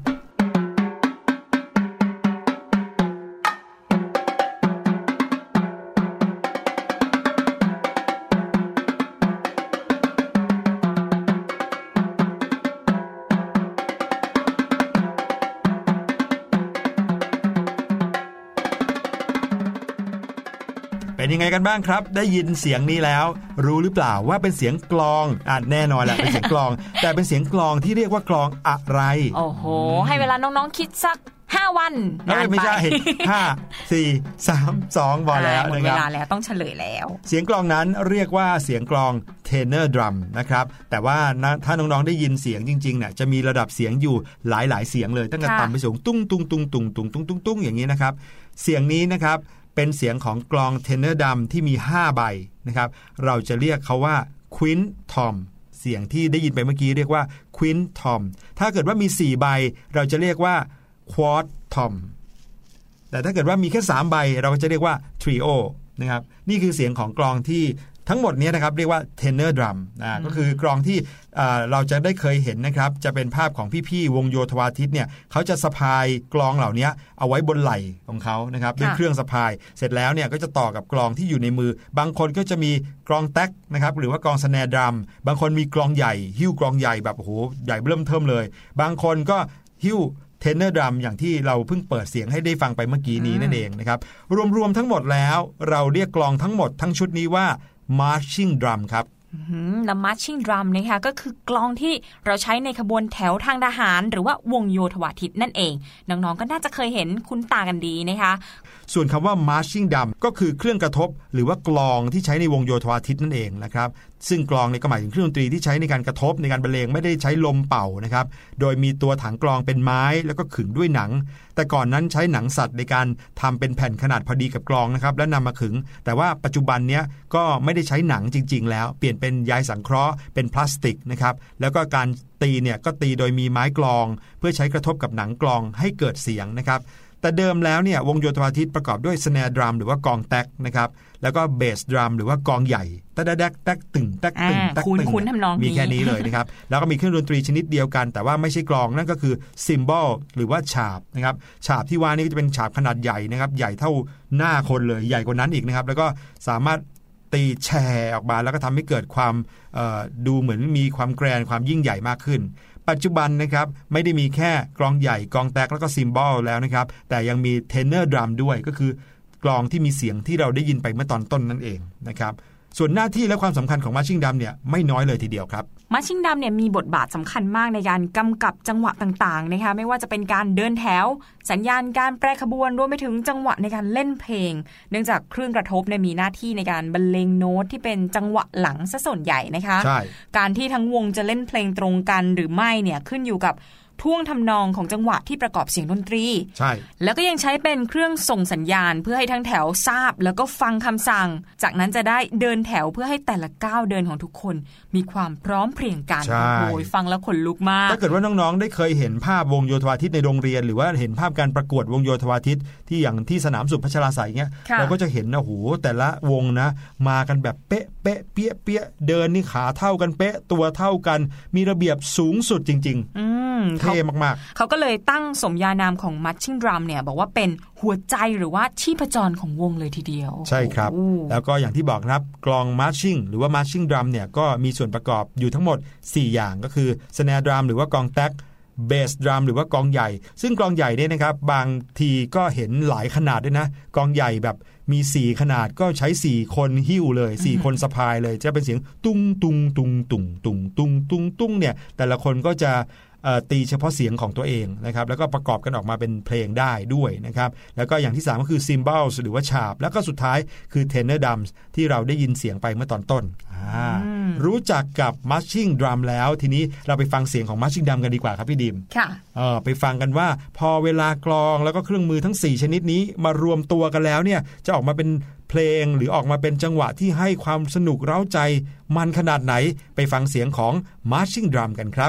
A: เป็นยังไงกันบ้างครับได้ยินเสียงนี้แล้วรู้หรือเปล่าว่าเป็นเสียงกลองอ่ะแน่นอนแหละเป็นเสียงกลองแต่เป็นเสียงกลองที่เรียกว่ากลองอะไร
C: โอ้โหให้เวลาน้องๆคิดสักห้าวัน
A: นานไปไม่ใช่ห้า สี่ สาม สองพอแล้วนะครับหมดเว
C: ลาแล้วต้องเฉลยแล้ว
A: เสียงกลองนั้นเรียกว่าเสียงกลอง tenor drum นะครับแต่ว่าถ้าน้องๆได้ยินเสียงจริงๆเนี่ยจะมีระดับเสียงอยู่หลายๆเสียงเลยตั้งแต่ต่ำไปสูงตุ้งตุ้งตุ้งตุ้งตุ้งตุ้งตุ้งตุ้งอย่างนี้นะครับเสียงนี้นะครับเป็นเสียงของกลอง tenor drum ที่มีห้าใบนะครับเราจะเรียกเขาว่า quint tom เสียงที่ได้ยินไปเมื่อกี้เรียกว่า quint tom ถ้าเกิดว่ามีสี่ใบเราจะเรียกว่าquart tom แต่ถ้าเกิดว่ามีแค่สามใบเราก็จะเรียกว่า trio นะครับนี่คือเสียงของกลองที่ทั้งหมดนี้นะครับเรียกว่า tenor drum อ่าก็คือกลองที่เราจะได้เคยเห็นนะครับจะเป็นภาพของพี่ๆวงโยธวาทิตเนี่ยเขาจะสะพายกลองเหล่านี้เอาไว้บนไหล่ของเขานะครับด้วยเครื่องสะพายเสร็จแล้วเนี่ยก็จะต่อกับกลองที่อยู่ในมือบางคนก็จะมีกลองแท็กนะครับหรือว่ากลองสแนร์ดรัมบางคนมีกลองใหญ่หิ้วกลองใหญ่แบบโอ้โหใหญ่เริ่มเทิมเลยบางคนก็หิ้วเทนเนอร์ดรัมอย่างที่เราเพิ่งเปิดเสียงให้ได้ฟังไปเมื่อกี้นี้นั่นเองนะครับรวมๆทั้งหมดแล้วเราเรียกกลองทั้งหมดทั้งชุดนี้ว่า marching drum ครับ
C: และ marching drum นะคะก็คือกลองที่เราใช้ในขบวนแถวทางทหารหรือว่าวงโยธวาทิตนั่นเองน้องๆก็น่าจะเคยเห็นคุ้นตากันดีนะคะ
A: ส่วนคำว่า marching drum ก็คือเครื่องกระทบหรือว่ากลองที่ใช้ในวงโยธวาทิตนั่นเองนะครับซึ่งกลองนี่ก็หมายถึงเครื่องดนตรีที่ใช้ในการกระทบในการบรรเลงไม่ได้ใช้ลมเป่านะครับโดยมีตัวถังกลองเป็นไม้แล้วก็ขึงด้วยหนังแต่ก่อนนั้นใช้หนังสัตว์ในการทำเป็นแผ่นขนาดพอดีกับกลองนะครับแล้วนำมาขึงแต่ว่าปัจจุบันนี้ก็ไม่ได้ใช้หนังจริงๆแล้วเปลี่ยนเป็นใยสังเคราะห์เป็นพลาสติกนะครับแล้วก็การตีเนี่ยก็ตีโดยมีไม้กลองเพื่อใช้กระทบกับหนังกลองให้เกิดเสียงนะครับแต่เดิมแล้วเนี่ยวงโยธวาทิตประกอบด้วยสแนร์ดรัมหรือว่ากองแท็กนะครับแล้วก็เบสดรัมหรือว่ากองใหญ่แต๊กแต๊กแต๊กตึงแต๊กตึงแต๊กตึงมีแค่นี้เลยนะครับแล้วก็มีเครื่องดนตรีชนิดเดียวกันแต่ว่าไม่ใช่กลองนั่นก็คือซิมบอลหรือว่าฉาบนะครับฉาบที่ว่านี่ก็จะเป็นฉาบขนาดใหญ่นะครับใหญ่เท่าหน้าคนเลยใหญ่กว่านั้นอีกนะครับแล้วก็สามารถตีแชร์ออกมาแล้วก็ทำให้เกิดความดูเหมือนมีความแกรนความยิ่งใหญ่มากขึ้นปัจจุบันนะครับไม่ได้มีแค่กลองใหญ่กลองแตกแล้วก็ซิมบอลแล้วนะครับแต่ยังมีเทนเนอร์ดรัมด้วยก็คือกลองที่มีเสียงที่เราได้ยินไปเมื่อตอนต้นนั่นเองนะครับส่วนหน้าที่และความสำคัญของมาร์ชิ่งดรัมเนี่ยไม่น้อยเลยทีเดียวครับ
C: มาร์ชิ่งดรัมเนี่ยมีบทบาทสำคัญมากในการกำกับจังหวะต่างๆนะคะไม่ว่าจะเป็นการเดินแถวสัญญาณการแปรขบวนรวมไปถึงจังหวะในการเล่นเพลงเนื่องจากเครื่องกระทบเนี่ยมีหน้าที่ในการบรรเลงโน้ตที่เป็นจังหวะหลังซะส่วนใหญ่นะคะใช่การที่ทั้งวงจะเล่นเพลงตรงกันหรือไม่เนี่ยขึ้นอยู่กับท่วงทำนองของจังหวะที่ประกอบเสียงดนตรีใช่แล้วก็ยังใช้เป็นเครื่องส่งสัญญาณเพื่อให้ทั้งแถวทราบแล้วก็ฟังคำสั่งจากนั้นจะได้เดินแถวเพื่อให้แต่ละก้าวเดินของทุกคนมีความพร้อมเพรียงกันโอ้ยฟังแล้วขนลุกมาก
A: ถ้าเกิดว่าน้องๆได้เคยเห็นภาพวงโยธวาทิตในโรงเรียนหรือว่าเห็นภาพการประกวดวงโยธวาทิตที่อย่างที่สนามสุพัชราไสยเงี้ยเราก็จะเห็นนะโหแต่ละวงนะมากันแบบเป๊ะเป๊ะเปี้ยเปี้ยเดินนี่ขาเท่ากันเป๊ะตัวเท่ากันมีระเบียบสูงสุดจริงๆเท่มาก
C: ๆเขาก็เลยตั้งสมญานามของ Marching Drum เนี่ยบอกว่าเป็นหัวใจหรือว่าชีพจรของวงเลยทีเดียว
A: ใช่ครับแล้วก็อย่างที่บอกครับกลอง Marching หรือว่า Marching Drum เนี่ยก็มีส่วนประกอบอยู่ทั้งหมดสี่อย่างก็คือ Snare Drum หรือว่ากองแท็กเบสดรัมหรือว่ากองใหญ่ซึ่งกองใหญ่เนี่ยนะครับบางทีก็เห็นหลายขนาดด้วยนะกองใหญ่แบบมีสี่ขนาดก็ใช้สี่คนหิ้วเลยสี่คนสะพายเลยจะเป็นเสียงตุ้งตุ้งตุ้งตุ้งตุ้งตุ้งตุ้งตุ้งเนี่ยแต่ละคนก็จะตีเฉพาะเสียงของตัวเองนะครับแล้วก็ประกอบกันออกมาเป็นเพลงได้ด้วยนะครับแล้วก็อย่างที่สามก็คือ cymbals หรือว่าฉาบแล้วก็สุดท้ายคือ tenor drums ที่เราได้ยินเสียงไปเมื่อตอนต้นรู้จักกับ marching drum แล้วทีนี้เราไปฟังเสียงของ marching drum กันดีกว่าครับพี่ดิมค่ะเออไปฟังกันว่าพอเวลากลองแล้วก็เครื่องมือทั้งสี่ชนิดนี้มารวมตัวกันแล้วเนี่ยจะออกมาเป็นเพลงหรือออกมาเป็นจังหวะที่ให้ความสนุกเร้าใจมันขนาดไหนไปฟังเสียงของ marching drum กันครับ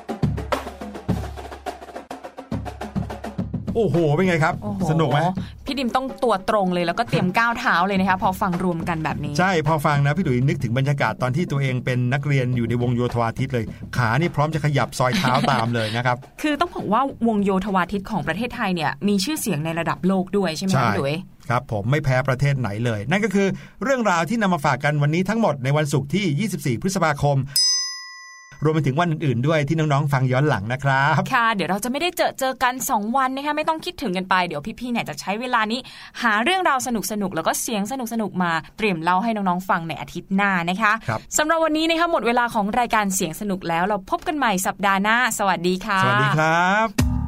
A: โอ้โหเป็นไงครับสนุกไหม
C: พี่พี่ดิมต้องตัวตรงเลยแล้วก็เตรียมก้าวเท้าเลยนะคะพอฟังรวมกันแบบนี้
A: ใช่พอฟังนะพี่ดุยนึกถึงบรรยากาศตอนที่ตัวเองเป็นนักเรียนอยู่ในวงโยธวาทิตเลยขานี่พร้อมจะขยับซอยเท้าตามเลยนะครับ
C: คือต้องบอกว่าวงโยธวาทิตของประเทศไทยเนี่ยมีชื่อเสียงในระดับโลกด้วยใช่ไหมพี่ดุย
A: ครับผมไม่แพ้ประเทศไหนเลยนั่นก็คือเรื่องราวที่นำมาฝากกันวันนี้ทั้งหมดในวันศุกร์ที่ยี่สิบสี่พฤษภาคมรวมไปถึงวันอื่นๆด้วยที่น้องๆฟังย้อนหลังนะครับ
C: ค่ะเดี๋ยวเราจะไม่ได้เจอเจอกันสองวันนะคะไม่ต้องคิดถึงกันไปเดี๋ยวพี่ๆเนี่ยจะใช้เวลานี้หาเรื่องราวสนุกๆแล้วก็เสียงสนุกๆมาเตรียมเล่าให้น้องๆฟังในอาทิตย์หน้านะคะสำหรับวันนี้นะคะหมดเวลาของรายการเสียงสนุกแล้วเราพบกันใหม่สัปดาห์หน้าสวัสดีค่ะ
A: สวัสดีครับ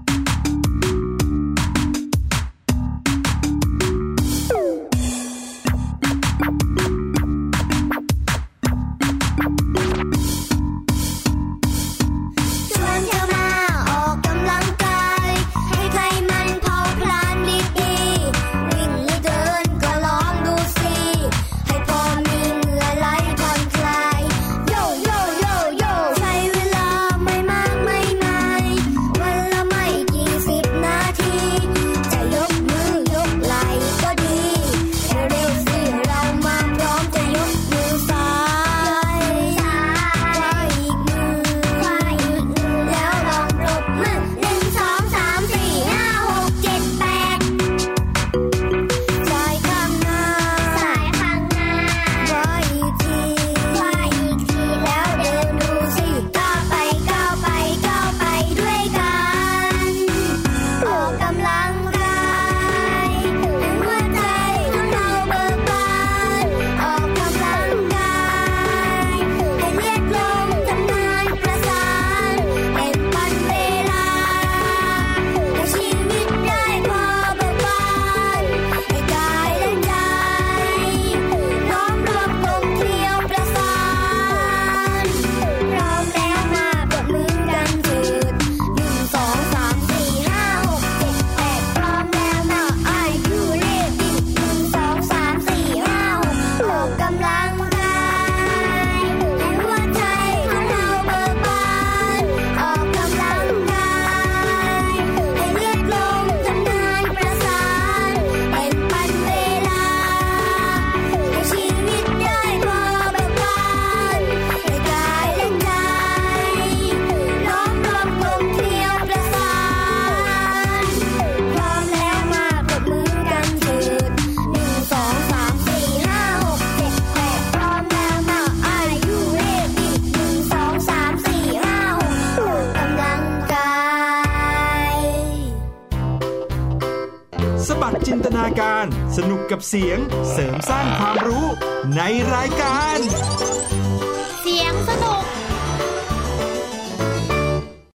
A: จินตนาการสนุกกับเสียงเสริมสร้างความรู้ในรายการ
B: เสียงสนุก